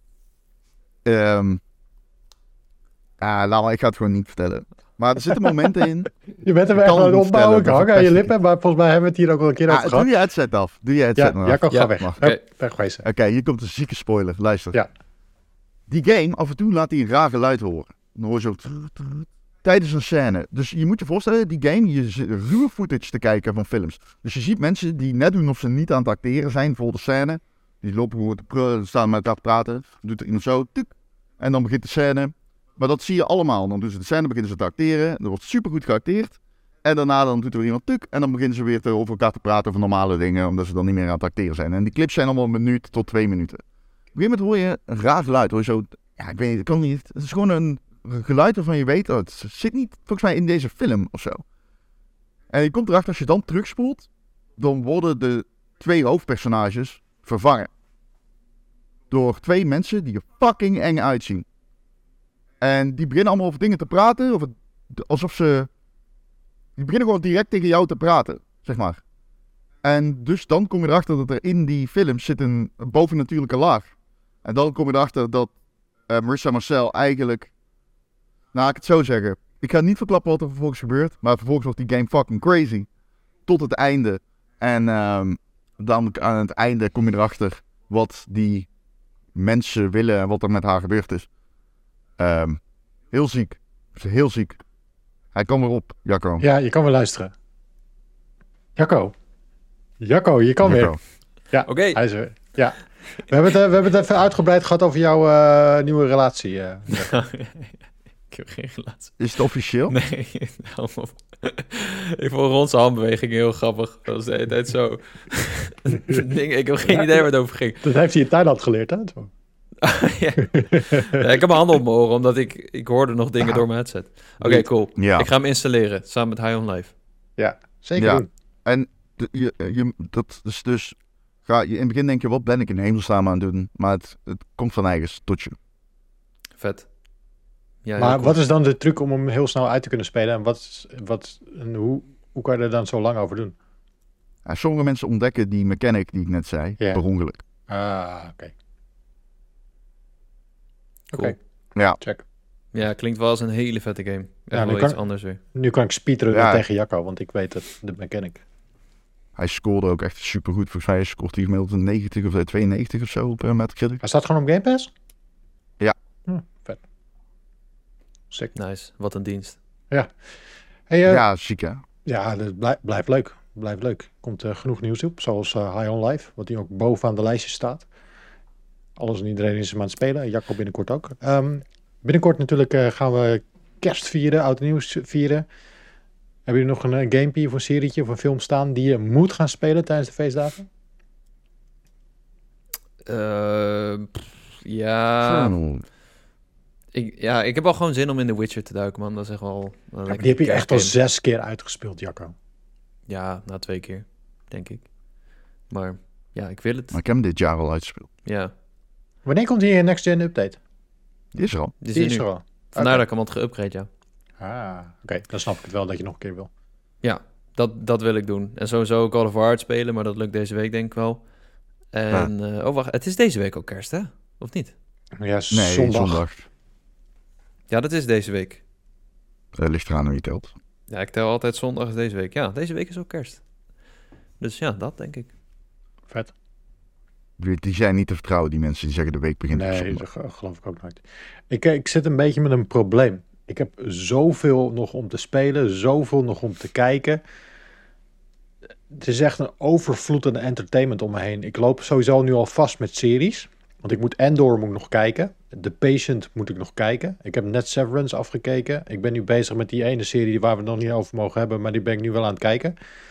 Laat maar, ik ga het gewoon niet vertellen. Maar er zitten momenten in... Je bent er wel aan het opbouwen, ik hang aan je lippen, maar volgens mij hebben we het hier ook al een keer over gehad. Doe je headset af. Jacco, ga weg. Wegwezen. Oké, hier komt een zieke spoiler. Luister. Ja. Die game, af en toe laat hij een raar geluid horen. Dan hoor je zo... Tijdens een scène. Dus je moet je voorstellen, die game, je zit ruwe footage te kijken van films. Dus je ziet mensen die net doen of ze niet aan het acteren zijn voor de scène. Die lopen gewoon staan met elkaar te praten. Dan doet er iemand zo, tuk. En dan begint de scène. Maar dat zie je allemaal. Dan doen ze de scène, beginnen ze te acteren. Er wordt supergoed geacteerd. En daarna dan doet er weer iemand tuk. En dan beginnen ze weer over elkaar te praten over normale dingen. Omdat ze dan niet meer aan het acteren zijn. En die clips zijn allemaal 1 minuut tot 2 minuten. Op een gegeven moment hoor je een raar geluid. Hoor je zo, ja, ik weet niet, het kan niet. Het is gewoon een geluid waarvan je weet, het zit niet volgens mij in deze film of zo. En je komt erachter, als je dan terugspoelt, dan worden de 2 hoofdpersonages vervangen. Door 2 mensen die er fucking eng uitzien. En die beginnen allemaal over dingen te praten, alsof ze... Die beginnen gewoon direct tegen jou te praten, zeg maar. En dus dan kom je erachter dat er in die film zit een bovennatuurlijke laag. En dan kom je erachter dat Marissa Marcel eigenlijk... Nou, ik het zo zeggen. Ik ga niet verklappen wat er vervolgens gebeurt. Maar vervolgens wordt die game fucking crazy. Tot het einde. En dan aan het einde kom je erachter wat die mensen willen en wat er met haar gebeurd is. Heel ziek. Heel ziek. Hij kan weer op, Jacco. Ja, je kan weer luisteren. Jacco, je kan weer. Ja, oké. Hij is er. Ja. We hebben het even uitgebreid gehad over jouw nieuwe relatie. Ik heb geen relatie. Is het officieel? Nee. Ik vond Ron's handbeweging heel grappig. Dat was de hele tijd zo. Ik heb geen idee waar het over ging. Dat heeft hij in Thailand geleerd, hè? Ja, ik heb mijn handen op mijn oren, omdat ik hoorde nog dingen door mijn headset. Oké, cool. Ja. Ik ga hem installeren, samen met High on Life. Ja, zeker doen. En dat is dus... in het begin denk je, wat ben ik in hemelsnaam aan het doen? Maar het komt van eigens tot je. Vet. Ja, maar wat is dan de truc om hem heel snel uit te kunnen spelen? En hoe kan je er dan zo lang over doen? Ja, sommige mensen ontdekken die mechanic die ik net zei, per ongeluk. Oké. Cool. Oké. Ja. Check. Ja, klinkt wel als een hele vette game. Echt wel iets anders weer. Nu kan ik speedrunnen tegen Jacco, want ik weet het, de mechanic. Hij scoorde ook echt supergoed. Volgens mij scoort hij gemiddeld een 90 of 92 of zo op Metacritic. Hij staat gewoon op Game Pass? Ja. Vet. Sick. Nice, wat een dienst. Ja. Hey, ziek hè? Ja, dat blijft leuk. Blijft leuk. Komt genoeg nieuws op, zoals High on Life, wat die ook bovenaan de lijstje staat. Alles en iedereen is hem aan het spelen. Jacco binnenkort ook. Binnenkort natuurlijk gaan we kerst vieren, oud en nieuws vieren. Hebben jullie nog een gamepje of een serietje of een film staan die je moet gaan spelen tijdens de feestdagen? Ja... Ik heb al gewoon zin om in The Witcher te duiken, man. Dat is echt wel... Die heb je echt al 6 keer uitgespeeld, Jacco. Ja, 2 keer, denk ik. Maar ja, ik wil het. Maar ik heb hem dit jaar al uitgespeeld. Ja. Wanneer komt die Next Gen update? Die is er al. Die is er al. Vandaar dat ik hem had geüpgrade, ja. Oké. Dan snap ik het wel dat je nog een keer wil. Ja, dat wil ik doen. En sowieso Call of War spelen, maar dat lukt deze week denk ik wel. En, wacht, het is deze week ook kerst, hè? Of niet? Ja, Nee, zondag. Ja, dat is deze week. Ligt eraan hoe je telt. Ja, ik tel altijd zondag deze week. Ja, deze week is ook kerst. Dus ja, dat denk ik. Vet. Die zijn niet te vertrouwen, die mensen die zeggen de week begint op Nee, zondag. dat geloof ik ook nooit. Ik zit een beetje met een probleem. Ik heb zoveel nog om te spelen, zoveel nog om te kijken. Het is echt een overvloed aan entertainment om me heen. Ik loop sowieso nu al vast met series. Want ik moet Andor nog kijken. The Patient moet ik nog kijken. Ik heb net Severance afgekeken. Ik ben nu bezig met die ene serie waar we het nog niet over mogen hebben. Maar die ben ik nu wel aan het kijken.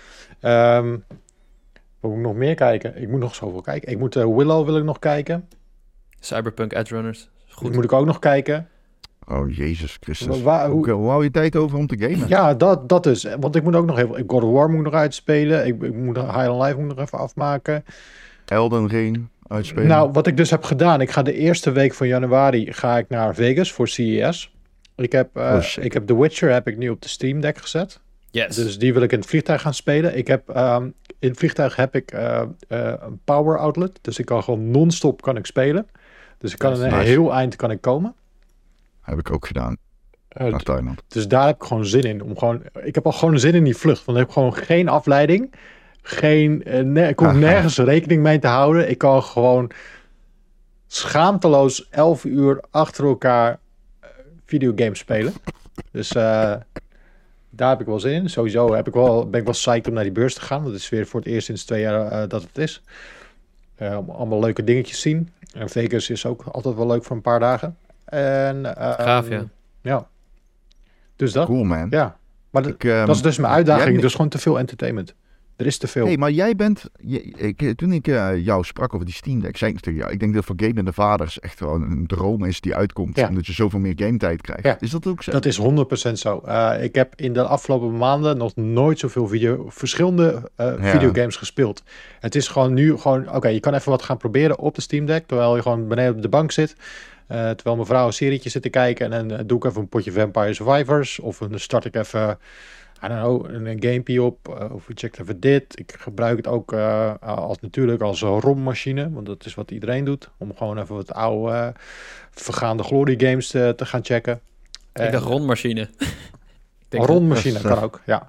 Wat moet ik nog meer kijken? Ik moet nog zoveel kijken. Ik moet Willow wil ik nog kijken. Cyberpunk Edge Runners. Goed. Die moet ik ook nog kijken. Oh, Jezus Christus. Hoe hou je tijd over om te gamen? Ja, dat dus. Want ik moet ook nog even... God of War moet ik nog uitspelen. Ik moet High on Life moet ik nog even afmaken. Elden Ring uitspelen. Nou, wat ik dus heb gedaan... Ik ga de eerste week van januari ga ik naar Vegas voor CES. Ik heb The Witcher heb ik nu op de Steam Deck gezet. Yes. Dus die wil ik in het vliegtuig gaan spelen. Ik heb... in het vliegtuig heb ik een power outlet. Dus ik kan gewoon non-stop kan ik spelen. Dus ik kan een heel eind kan ik komen. Heb ik ook gedaan. Naar Thailand. Dus daar heb ik gewoon zin in. Ik heb al gewoon zin in die vlucht. Want ik heb gewoon geen afleiding. Ik hoef nergens rekening mee te houden. Ik kan gewoon schaamteloos 11 uur achter elkaar videogames spelen. Dus daar heb ik wel zin in. Sowieso ben ik wel psyched om naar die beurs te gaan. Want het is weer voor het eerst sinds 2 jaar dat het is. Allemaal leuke dingetjes zien. En Vegas is ook altijd wel leuk voor een paar dagen. Gaaf, ja. Ja. Dus dat. Cool, man. Ja. Maar dat is dus mijn uitdaging. Dus gewoon te veel entertainment. Er is te veel. Hey, maar jij bent... toen ik jou sprak over die Steam Deck, zei ik tegen jou... Ik denk dat voor gamende vaders echt wel een droom is die uitkomt. Ja. Omdat je zoveel meer gametijd krijgt. Ja. Is dat ook zo? Dat is 100% zo. Ik heb in de afgelopen maanden nog nooit zoveel verschillende videogames gespeeld. Het is gewoon nu oké, je kan even wat gaan proberen op de Steam Deck. Terwijl je gewoon beneden op de bank zit. Terwijl mijn vrouw een serietje zit te kijken. En dan doe ik even een potje Vampire Survivors. Of dan start ik even... I don't know, een gamepje op, of ik check even dit. Ik gebruik het ook als rommachine, want dat is wat iedereen doet. Om gewoon even wat oude, vergaande glory games te gaan checken. Ik dacht rondmachine. Rondmachine kan ook, ja.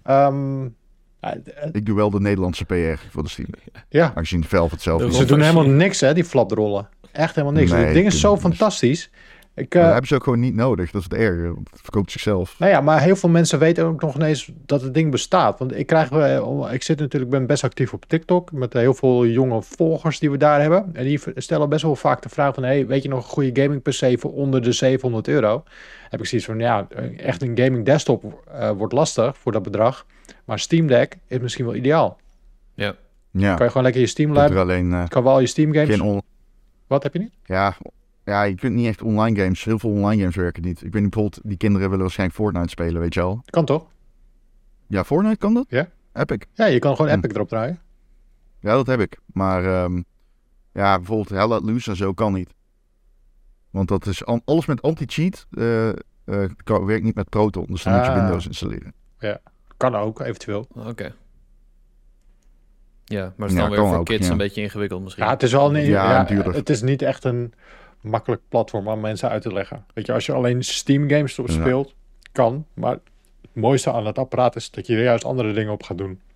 Ik doe wel de Nederlandse PR voor de Steam. Ja. Aangezien Valve het zelf Ze doen helemaal niks, hè, die flapdrollen. Echt helemaal niks. Het ding is zo fantastisch. Dat hebben ze ook gewoon niet nodig. Dat is het erge. Want het verkoopt zichzelf. Nou ja, maar heel veel mensen weten ook nog ineens dat het ding bestaat. Want ik ben best actief op TikTok met heel veel jonge volgers die we daar hebben. En die stellen best wel vaak de vraag van, hey, weet je nog een goede gaming PC voor onder de €700? Heb ik zoiets van, ja, echt een gaming desktop wordt lastig voor dat bedrag. Maar Steam Deck is misschien wel ideaal. Ja. Ja. Kan je gewoon lekker je Steam Lab, kan wel je Steam games... Wat heb je niet? Ja, je kunt niet echt online games. Heel veel online games werken niet. Ik weet niet, bijvoorbeeld, die kinderen willen waarschijnlijk Fortnite spelen, weet je al. Kan toch? Ja, Fortnite kan dat? Ja. Epic. Ja, je kan gewoon Epic erop draaien. Ja, dat heb ik. Maar bijvoorbeeld Hell Let Loose en zo kan niet. Want dat is alles met anti-cheat werkt niet met Proton. Dus dan moet je Windows installeren. Ja, kan ook, eventueel. Oké. Ja, maar het is dan weer voor kids een beetje ingewikkeld misschien. Ja, het is wel het is niet echt een makkelijk platform om mensen uit te leggen. Weet je, als je alleen Steam games erop speelt, kan. Maar het mooiste aan het apparaat is dat je er juist andere dingen op gaat doen.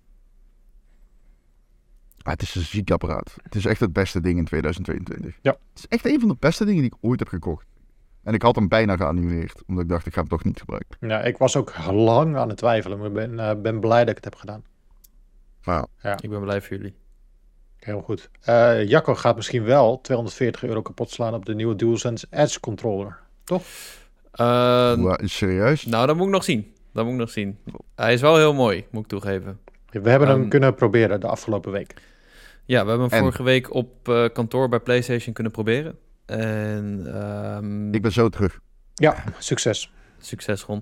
Het is een ziek apparaat. Het is echt het beste ding in 2022. Ja. Het is echt een van de beste dingen die ik ooit heb gekocht. En ik had hem bijna geannuleerd, omdat ik dacht, ik ga hem toch niet gebruiken. Ja, ik was ook lang aan het twijfelen, maar ik ben blij dat ik het heb gedaan. Nou, ja. Ik ben blij voor jullie. Heel goed. Jacco gaat misschien wel €240 kapot slaan op de nieuwe DualSense Edge controller, toch? Serieus? Nou, dat moet ik nog zien. Hij is wel heel mooi, moet ik toegeven. We hebben hem kunnen proberen de afgelopen week. Ja, we hebben hem vorige week op kantoor bij PlayStation kunnen proberen. En ik ben zo terug. Ja, succes. Succes, Ron.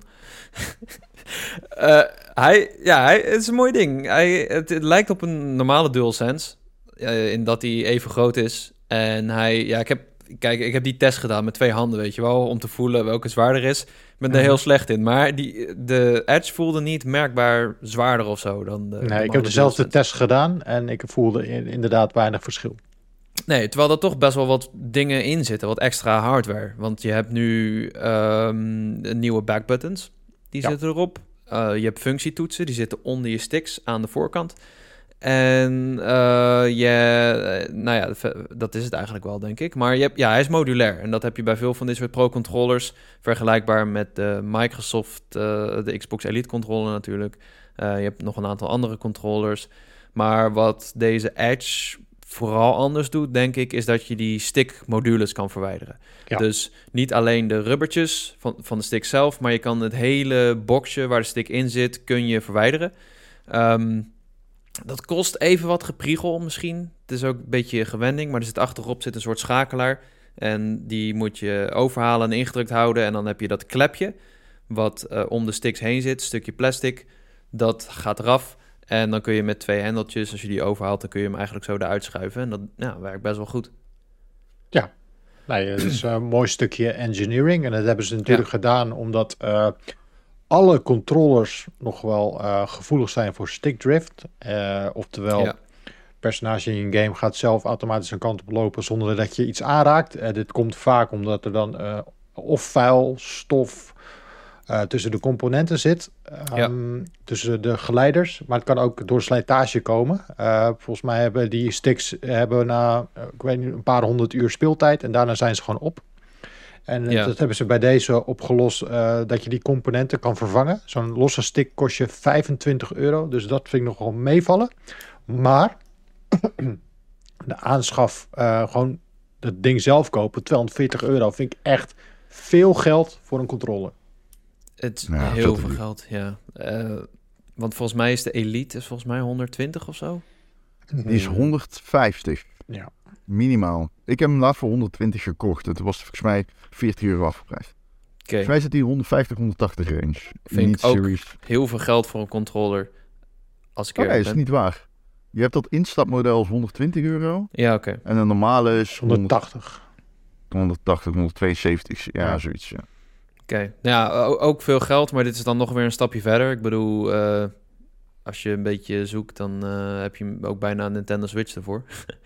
Het is een mooi ding. Het lijkt op een normale DualSense. In dat hij even groot is. En ik heb die test gedaan met 2 handen, weet je wel. Om te voelen welke zwaarder is. Ik ben er heel slecht in. Maar de Edge voelde niet merkbaar zwaarder of zo dan de Nee, ik heb dezelfde test gedaan. En ik voelde inderdaad weinig verschil. Nee, terwijl er toch best wel wat dingen in zitten. Wat extra hardware. Want je hebt nu nieuwe backbuttons. Die zitten erop. Je hebt functietoetsen. Die zitten onder je sticks aan de voorkant. En dat is het eigenlijk wel, denk ik. Maar hij is modulair. En dat heb je bij veel van dit soort Pro-controllers. Vergelijkbaar met de Microsoft, de Xbox Elite controller natuurlijk. Je hebt nog een aantal andere controllers. Maar wat deze Edge vooral anders doet, denk ik, is dat je die stick-modules kan verwijderen. Ja. Dus niet alleen de rubbertjes van de stick zelf, maar je kan het hele boxje waar de stick in zit, kun je verwijderen. Dat kost even wat gepriegel misschien. Het is ook een beetje gewending, maar er zit achterop een soort schakelaar. En die moet je overhalen en ingedrukt houden. En dan heb je dat klepje wat om de sticks heen zit, een stukje plastic. Dat gaat eraf. En dan kun je met 2 hendeltjes, als je die overhaalt, dan kun je hem eigenlijk zo eruit schuiven. En dat werkt best wel goed. Ja, dat is een mooi stukje engineering. En dat hebben ze natuurlijk gedaan omdat alle controllers nog wel gevoelig zijn voor stickdrift. Oftewel, het personage in je game gaat zelf automatisch een kant op lopen zonder dat je iets aanraakt. Dit komt vaak omdat er dan of vuil, stof tussen de componenten zit. Tussen de geleiders. Maar het kan ook door slijtage komen. Volgens mij hebben die sticks na een paar 100 uur speeltijd. En daarna zijn ze gewoon op. En dat hebben ze bij deze opgelost, dat je die componenten kan vervangen. Zo'n losse stick kost je €25. Dus dat vind ik nog wel meevallen. Maar de aanschaf, gewoon het ding zelf kopen, €240, vind ik echt veel geld voor een controller. Het is heel veel geld, ja. Want volgens mij is de Elite volgens mij 120 of zo. Die is 150. Ja. Minimaal. Ik heb hem laatst voor 120 gekocht. Het was volgens mij €40 afgeprijsd. Volgens mij zit die 150, 180 range. Vind ik ook series. Heel veel geld voor een controller. Als ik nee, is niet waar. Je hebt dat instapmodel is €120. Ja, oké. En een normale is 180. 180, 172. Ja, zoiets, ja. Oké. Ja, ook veel geld, maar dit is dan nog weer een stapje verder. Ik bedoel, als je een beetje zoekt, dan heb je ook bijna een Nintendo Switch ervoor.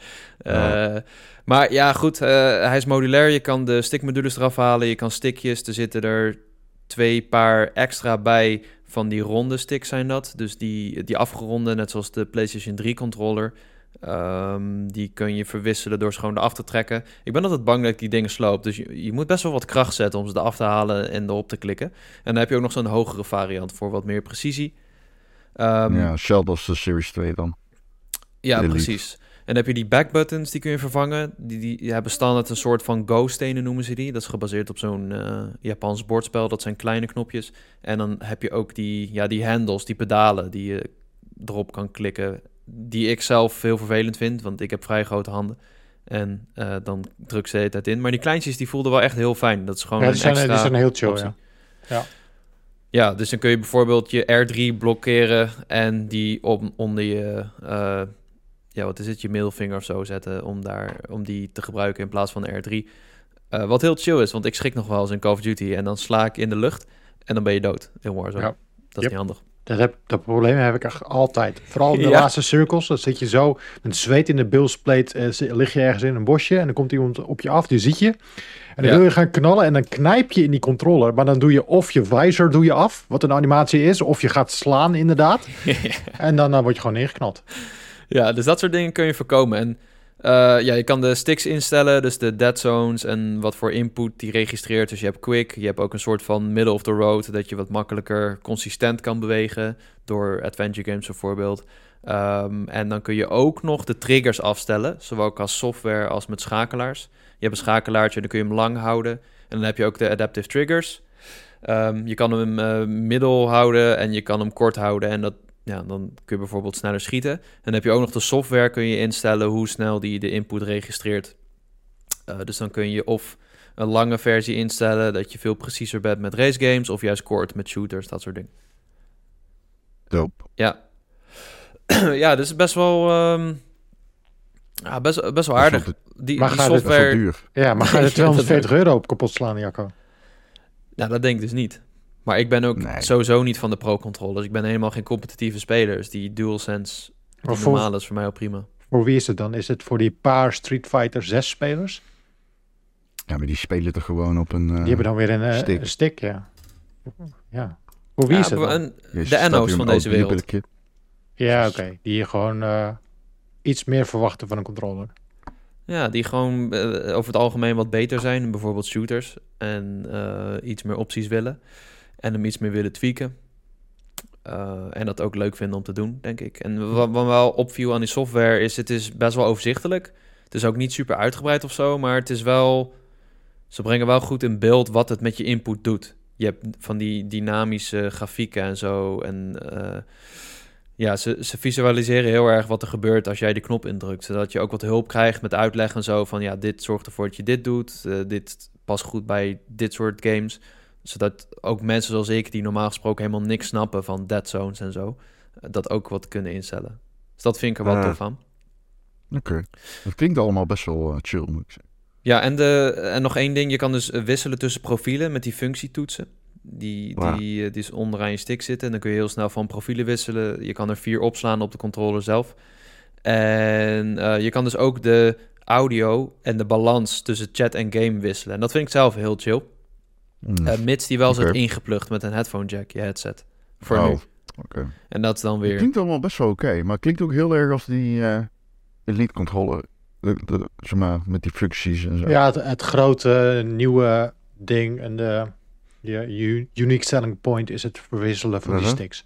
Maar ja, goed, hij is modulair. Je kan de stickmodules eraf halen, je kan stickjes. Er zitten er 2 paar extra bij van die ronde sticks zijn dat. Dus die afgeronde, net zoals de PlayStation 3 controller. Die kun je verwisselen door ze gewoon eraf te trekken. Ik ben altijd bang dat ik die dingen sloop. Dus je moet best wel wat kracht zetten om ze eraf te halen en erop te klikken. En dan heb je ook nog zo'n hogere variant voor wat meer precisie. Hetzelfde als de Series 2 dan. Ja, precies. En dan heb je die backbuttons, die kun je vervangen. Die hebben standaard een soort van Go-stenen noemen ze die. Dat is gebaseerd op zo'n Japans bordspel. Dat zijn kleine knopjes. En dan heb je ook die handles, die pedalen die je erop kan klikken. Die ik zelf heel vervelend vind, want ik heb vrij grote handen. En dan druk ze de hele tijd in. Maar die kleintjes, die voelden wel echt heel fijn. Dat is gewoon een extra die zijn heel chill, ja, dus dan kun je bijvoorbeeld je R3 blokkeren en die onder je, je middelvinger of zo zetten om die te gebruiken in plaats van R3. Wat heel chill is, want ik schrik nog wel eens in Call of Duty en dan sla ik in de lucht en dan ben je dood. Heel mooi zo. Ja. Dat is niet handig. Dat probleem heb ik echt altijd. Vooral in de laatste cirkels. Dan zit je zo met zweet in de bilspleet. Lig je ergens in een bosje. En dan komt iemand op je af. Die ziet je. En dan wil je gaan knallen. En dan knijp je in die controller. Maar dan doe je of je visor doe je af. Wat een animatie is. Of je gaat slaan inderdaad. En dan word je gewoon neergeknald. Ja, dus dat soort dingen kun je voorkomen. En Je kan de sticks instellen, dus de dead zones en wat voor input die registreert. Dus je hebt quick, je hebt ook een soort van middle of the road, dat je wat makkelijker consistent kan bewegen door adventure games bijvoorbeeld. En dan kun je ook nog de triggers afstellen, zowel qua software als met schakelaars. Je hebt een schakelaartje, dan kun je hem lang houden. En dan heb je ook de adaptive triggers. Je kan hem middel houden en je kan hem kort houden. En dan kun je bijvoorbeeld sneller schieten. En dan heb je ook nog de software, kun je instellen hoe snel die de input registreert. Dus dan kun je of een lange versie instellen, dat je veel preciezer bent met race games, of juist kort met shooters, dat soort dingen. Dope. Ja. Ja, dus best wel... best wel aardig. Die software... duur. Ja, maar ga je €240 op kapot slaan, Jacco? Nou, dat denk ik dus niet. Maar ik ben ook sowieso niet van de pro-controllers. Ik ben helemaal geen competitieve speler. Dus die DualSense, die normale is voor mij al prima. Voor wie is het dan? Is het voor die paar Street Fighter 6 spelers? Ja, maar die spelen toch gewoon op een die hebben dan weer een stick, ja. Ja. Voor wie is het dan? De NO's van deze wereld. Ja, oké. Die je gewoon iets meer verwachten van een controller. Ja, die gewoon over het algemeen wat beter zijn in bijvoorbeeld shooters. En iets meer opties willen. En hem iets meer willen tweaken. En dat ook leuk vinden om te doen, denk ik. En wat me wel opviel aan die software is, het is best wel overzichtelijk. Het is ook niet super uitgebreid of zo, maar het is wel... Ze brengen wel goed in beeld wat het met je input doet. Je hebt van die dynamische grafieken en zo. En ze visualiseren heel erg wat er gebeurt als jij de knop indrukt. Zodat je ook wat hulp krijgt met uitleg en zo. Van ja, dit zorgt ervoor dat je dit doet. Dit past goed bij dit soort games. Zodat ook mensen zoals ik, die normaal gesproken helemaal niks snappen van dead zones en zo, dat ook wat kunnen instellen. Dus dat vind ik er wel tof aan. Oké. Dat klinkt allemaal best wel chill, moet ik zeggen. Ja, en nog één ding. Je kan dus wisselen tussen profielen met die functietoetsen. Die is onderaan je stick zitten. En dan kun je heel snel van profielen wisselen. Je kan er 4 opslaan op de controller zelf. En je kan dus ook de audio en de balans tussen chat en game wisselen. En dat vind ik zelf heel chill. Mits die wel zit ingeplucht met een headphone jack, je headset. Voor nu. Okay. En dat is dan weer... Het klinkt allemaal best wel oké. Maar het klinkt ook heel erg als die Elite controller. Zeg maar, met die functies en zo. Ja, het grote nieuwe ding en de unique selling point is het verwisselen van die sticks.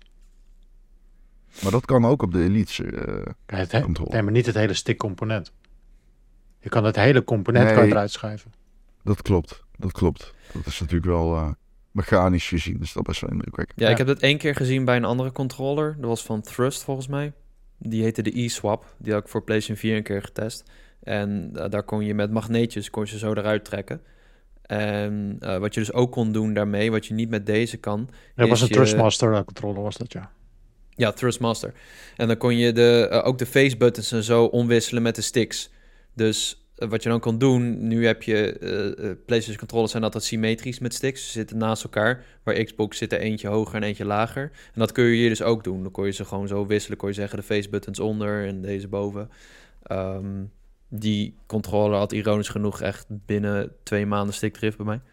Maar dat kan ook op de Elite controller. Nee, maar niet het hele stick component. Je kan het hele component eruit schuiven. Dat klopt. Dat is natuurlijk wel mechanisch gezien, dus dat best wel indrukwekkend. Ja, ik heb dat 1 keer gezien bij een andere controller. Dat was van Thrust volgens mij. Die heette de E-Swap. Die had ik voor PlayStation 4 een keer getest. En daar kon je met magneetjes kon je zo eruit trekken. En wat je dus ook kon doen daarmee, wat je niet met deze kan... Dat was een Thrustmaster controller, was dat, ja. Ja, Thrustmaster. En dan kon je ook de face buttons en zo omwisselen met de sticks. Dus wat je dan kan doen, nu heb je PlayStation controllers zijn altijd symmetrisch met sticks. Ze zitten naast elkaar. Waar Xbox zit er eentje hoger en eentje lager. En dat kun je hier dus ook doen. Dan kon je ze gewoon zo wisselen. Kon je zeggen de face buttons onder en deze boven. Die controller had ironisch genoeg echt binnen 2 maanden stickdrift bij mij.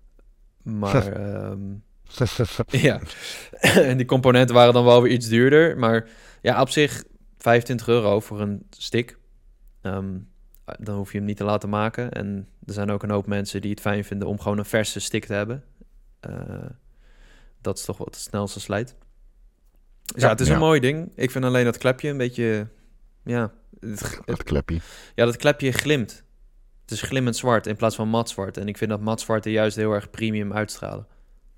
Maar ja, en die componenten waren dan wel weer iets duurder. Maar ja, op zich €25 voor een stick. Dan hoef je hem niet te laten maken. En er zijn ook een hoop mensen die het fijn vinden om gewoon een verse stick te hebben. Dat is toch wat het snelste slijt. Dus ja, het is een mooi ding. Ik vind alleen dat klepje een beetje... Ja, het klepje. Ja, dat klepje glimt. Het is glimmend zwart in plaats van mat zwart. En ik vind dat mat zwart er juist heel erg premium uitstralen.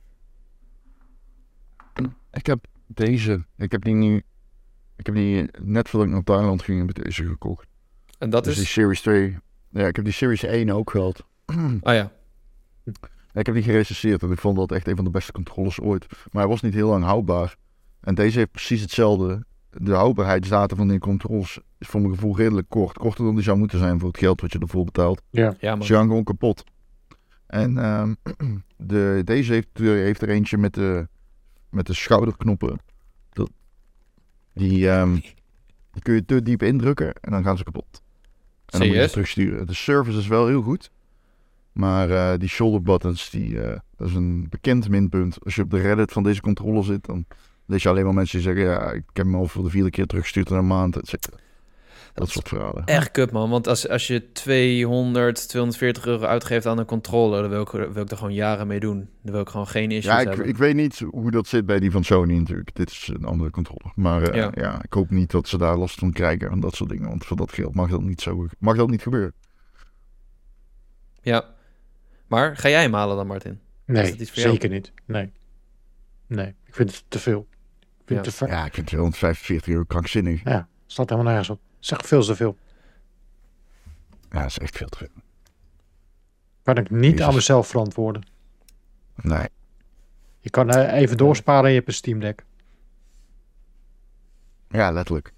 Ik heb deze. Ik heb die net voordat ik naar Thailand ging, heb ik deze gekocht. En dat dus is? Die Series 2. Ja, ik heb die Series 1 ook gehad. Oh ja. Ik heb die gerecenseerd en ik vond dat echt een van de beste controllers ooit. Maar hij was niet heel lang houdbaar. En deze heeft precies hetzelfde. De houdbaarheidsdatum van die controls is voor mijn gevoel redelijk kort. Korter dan die zou moeten zijn voor het geld wat je ervoor betaalt. Ja, man. Ze gaan gewoon kapot. En deze heeft er eentje met de schouderknoppen. Die kun je te diep indrukken en dan gaan ze kapot. En dan moet je ze terugsturen. De service is wel heel goed. Maar die shoulder buttons, dat is een bekend minpunt. Als je op de Reddit van deze controller zit, dan lees je alleen maar mensen die zeggen... Ja, ik heb hem al voor de 4e keer teruggestuurd in een maand, et cetera. Dat soort verhalen. Echt kut, man. Want als je 240 euro uitgeeft aan een controller, dan wil ik er gewoon jaren mee doen. Dan wil ik gewoon geen issues hebben. Ik weet niet hoe dat zit bij die van Sony natuurlijk. Dit is een andere controller. Maar ik hoop niet dat ze daar last van krijgen en dat soort dingen. Want voor dat geld mag dat niet gebeuren. Ja. Maar ga jij hem halen dan, Martin? Nee, zeker niet. Nee. Ik vind het te veel. Ik vind 245 euro krankzinnig. Ja, staat helemaal nergens op. Zeg veel te veel. Ja, dat is echt veel te veel. Kan ik niet aan mezelf verantwoorden. Nee. Je kan even doorsparen en je hebt een Steam Deck. Ja, letterlijk.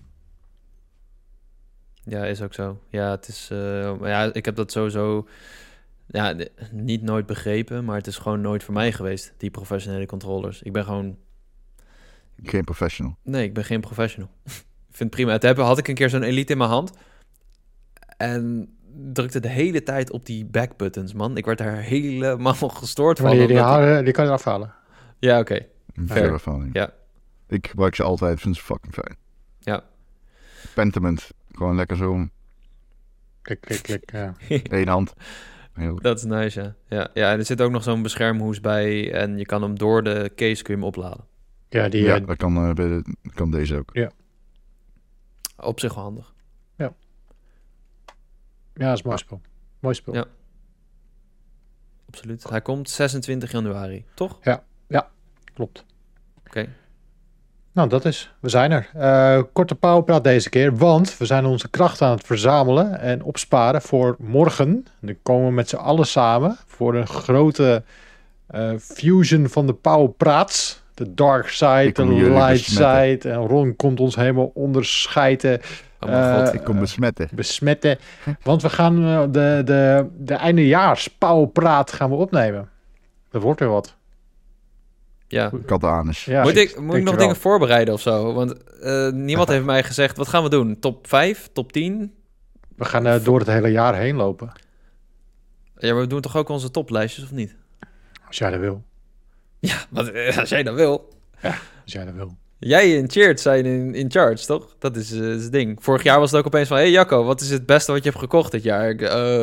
Ja, is ook zo. Ja, het is... ik heb dat sowieso... Ja, niet nooit begrepen, maar het is gewoon nooit voor mij geweest, die professionele controllers. Ik ben gewoon... Geen professional. Nee, ik ben geen professional. Ik vind het prima. Het had ik een keer zo'n Elite in mijn hand en drukte de hele tijd op die backbuttons, man. Ik werd daar helemaal gestoord van. Maar die kan je eraf halen. Ja, oké. Verre van. Ja. Ik gebruik ze altijd, vind ze fucking fijn. Ja. Pentiment, gewoon lekker zo. Klik, ja. Eén hand. Dat is nice, ja. Ja, en er zit ook nog zo'n beschermhoes bij en je kan hem door de case kun je hem opladen. Ja, dat kan deze ook. Ja. Op zich wel handig. Ja. Ja, dat is mooi spel. Mooi spel. Ja. Absoluut. Hij komt 26 januari, toch? Ja, klopt. Oké. Nou, we zijn er. Korte pauwpraat deze keer, want we zijn onze krachten aan het verzamelen en opsparen voor morgen. Dan komen we met z'n allen samen voor een grote fusion van de pauwpraats. De dark side, de light side. En Ron komt ons helemaal onderscheiden. Oh mijn god, ik kom besmetten. Want we gaan de eindejaars pauwpraat gaan we opnemen. Dat wordt weer wat. Ja. Katanus. Ja, moet ik nog dingen voorbereiden of zo? Want niemand heeft mij gezegd, wat gaan we doen? Top 5? Top 10? We gaan door het hele jaar heen lopen. Ja, maar we doen toch ook onze toplijstjes, of niet? Als jij dat wil. Ja, als jij dat wil. Ja, als jij dat wil. Jij en Cheert zijn in charge, toch? Dat is het ding. Vorig jaar was het ook opeens van... Hey Jacco, wat is het beste wat je hebt gekocht dit jaar?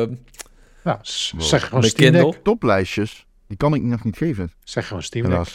Zeg gewoon de Steam Kindle. Deck. Toplijstjes, die kan ik nog niet geven. Zeg gewoon Steam Deck.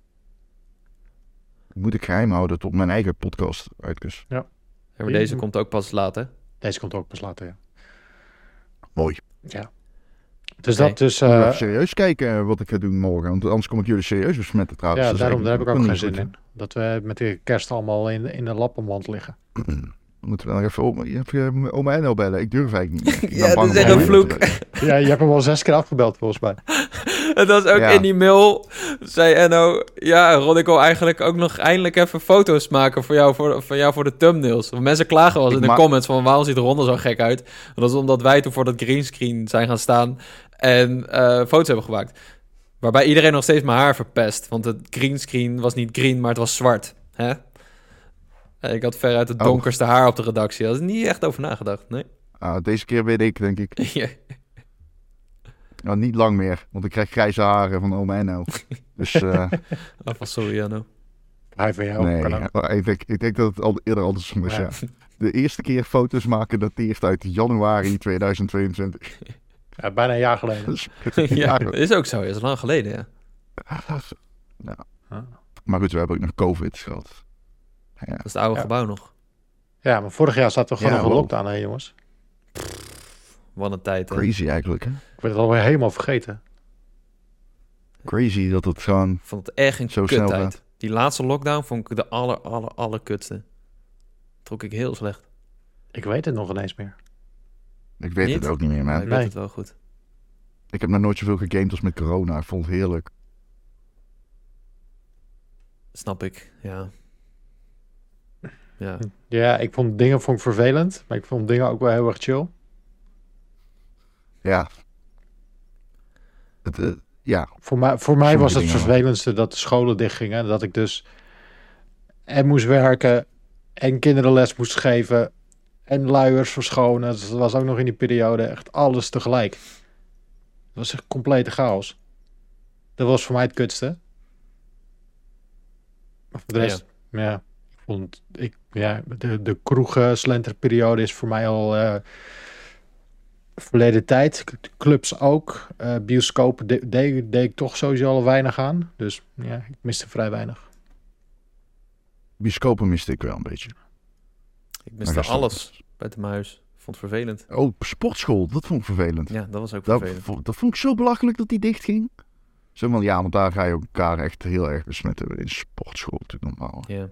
Moet ik geheim houden tot mijn eigen podcast uitkus. Ja, maar deze komt ook pas later. Deze komt ook pas later, ja. Mooi. Ja. Dus dat dus... Even serieus kijken wat ik ga doen morgen. Want anders kom ik jullie serieus besmetten trouwens. Ja, Dus daar heb ik ook geen zin goed, in. Dat we met de kerst allemaal in de lappenmand liggen. Moeten we nog even oma Enno bellen. Ik durf eigenlijk niet meer. Ja, dat is echt een vloek. Ja, je hebt hem al 6 keer afgebeld volgens mij. Het was ook in die mail, zei Enno... Ja, Ron, ik wil eigenlijk ook nog eindelijk even foto's maken voor jou voor de thumbnails. Want mensen klagen wel eens in de comments van... Waarom ziet Ron er zo gek uit? En dat is omdat wij toen voor dat greenscreen zijn gaan staan... en foto's hebben gemaakt. Waarbij iedereen nog steeds mijn haar verpest. Want het greenscreen was niet green, maar het was zwart. Hè? Ik had veruit het donkerste haar op de redactie. Daar had ik niet echt over nagedacht, nee. Deze keer weet ik, denk ik. Ja. Nou, niet lang meer, want ik krijg grijze haren van oma Enno. Dus... sorry, Enno. Hij van jou. Nee, ik denk dat het al eerder anders was, ja. De eerste keer foto's maken dateert uit januari 2022. Ja, bijna een jaar geleden. Dus, ja, dat is ook zo. Dat is lang geleden, ja. Ja. Maar goed, we hebben ook nog COVID gehad. Ja. Dat is het oude gebouw nog. Ja, maar vorig jaar zat er gewoon nog een lockdown, hè, jongens. Wat een tijd, hè? Crazy eigenlijk, hè? Ik ben het alweer helemaal vergeten. Crazy dat het gewoon... Ik vond het echt een zo snel kuttijd. gaat. Die laatste lockdown vond ik de allerkutste. Trok ik heel slecht. Ik weet het nog ineens meer. Ik weet het ook niet meer, man. Ik weet het wel goed. Ik heb nog nooit zoveel gegamed als met corona. Ik vond het heerlijk. Snap ik, ja. Ja, ik vond dingen vervelend. Maar ik vond dingen ook wel heel erg chill. Ja. Voor mij was het vervelendste dat de scholen dichtgingen. En dat ik dus en moest werken en kinderen les moest geven en luiers verschonen. Dus dat was ook nog in die periode echt alles tegelijk. Dat was echt complete chaos. Dat was voor mij het kutste. Maar voor de rest, ja. De kroegen-slenterperiode is voor mij al verleden tijd. Clubs ook. Bioscopen deed ik toch sowieso al weinig aan. Dus ja, ik miste vrij weinig. Bioscopen miste ik wel een beetje. Ik miste alles buiten mijn huis. Ik vond het vervelend. Oh, sportschool, dat vond ik vervelend. Ja, dat was ook vervelend. Dat vond ik zo belachelijk dat die dicht ging. Zo van, ja, want daar ga je elkaar echt heel erg besmetten. In sportschool natuurlijk normaal. Ja.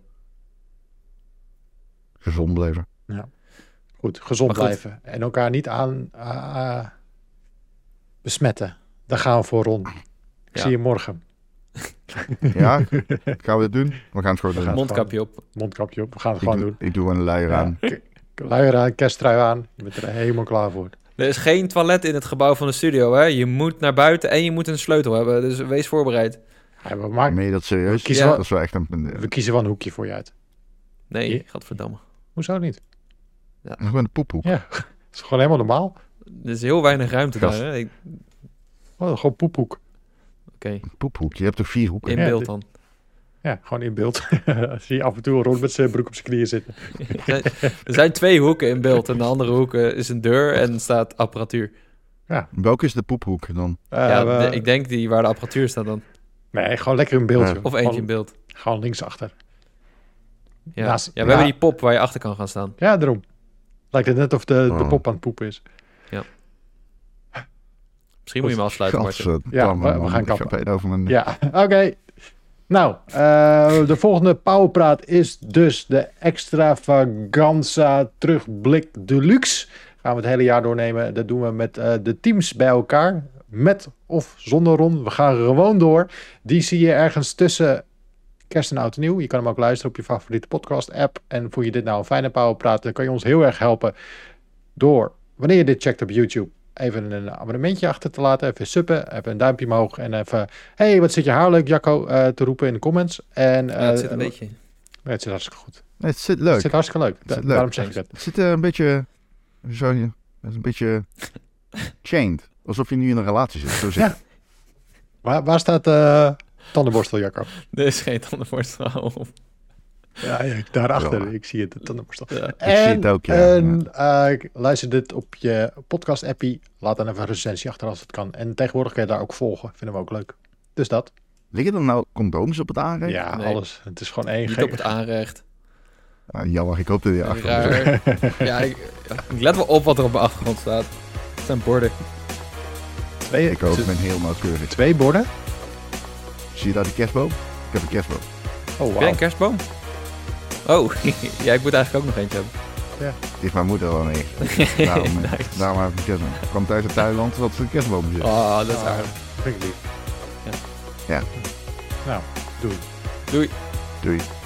Gezond blijven. Ja. Goed, gezond blijven. En elkaar niet aan besmetten. Daar gaan we voor, Ron. Ik zie je morgen. Ja, gaan we dit doen? We gaan het gewoon doen. Mondkapje op. Mondkapje op, we gaan het gewoon doen. Ik doe een luier aan. Luier aan, kersttrui aan. Je bent er helemaal klaar voor. Er is geen toilet in het gebouw van de studio, hè? Je moet naar buiten en je moet een sleutel hebben. Dus wees voorbereid. Ja, meen je dat serieus? Dat is wel echt we kiezen wel een hoekje voor je uit. Nee, gadverdamme. Hoezo niet? Ja. Gewoon een poephoek. Ja, dat is gewoon helemaal normaal. Er is heel weinig ruimte daar, hè? Gewoon poephoek. Oké. Poephoek, je hebt er 4 hoeken. In beeld dan. Ja, gewoon in beeld. Zie je af en toe Ron met zijn broek op zijn knieën zitten. Er zijn 2 hoeken in beeld. En de andere hoek is een deur en staat apparatuur. Ja. Welke is de poephoek dan? Ik denk die waar de apparatuur staat dan. Nee, gewoon lekker in beeld. Of eentje in beeld. Gewoon linksachter. Ja, we hebben die pop waar je achter kan gaan staan. Ja, daarom. Lijkt het net of de pop aan het poepen is. Ja. Misschien moet je me afsluiten, Martin. Ja, we gaan kappen. Ja, oké. Okay. Nou, de volgende Powerpraat is dus de Extravaganza Terugblik Deluxe. Gaan we het hele jaar doornemen. Dat doen we met de teams bij elkaar. Met of zonder Ron. We gaan gewoon door. Die zie je ergens tussen Kerst en Oud en Nieuw. Je kan hem ook luisteren op je favoriete podcast app. En vond je dit nou een fijne Powerpraat, dan kan je ons heel erg helpen door, wanneer je dit checkt op YouTube, even een abonnementje achter te laten. Even suppen, even een duimpje omhoog. En even, hey, wat zit je haar leuk, Jacco, te roepen in de comments. En, het zit een beetje. Nee, het zit hartstikke goed. Nee, het zit leuk. Het zit hartstikke leuk. Daarom zeg ik het. Het zit een beetje, een beetje chained. Alsof je nu in een relatie zit. Zo zit. Ja. Waar staat tandenborstel, Jacco? Er is geen tandenborstel op. Ja, daarachter. Ja. Ik zie het, de tandenborstel. Ja. Ik zie het ook, ja. Luister dit op je podcast-appie. Laat dan even een recensie achter als het kan. En tegenwoordig kun je daar ook volgen. Vinden we ook leuk. Dus dat. Liggen er nou condooms op het aanrecht? Ja, nee. Alles. Het is gewoon één. Niet op het aanrecht. Jammer, ik hoop dat je achter. Ja, ik let wel op wat er op mijn achtergrond staat. Het zijn borden. Ik ook, ben heel nauwkeurig. 2 borden? Zie je daar de kerstboom? Ik heb een kerstboom. Oh, wow. Heb jij een kerstboom? Oh, ja, ik moet eigenlijk ook nog eentje hebben. Ja. Die heeft mijn moeder al mee. Daarom heb ik een kerstboom. Ik kwam thuis uit Thailand, wat voor een kerstboom zit. Oh, dat is aardig. Vind ik lief. Ja. Nou, doei. Doei. Doei.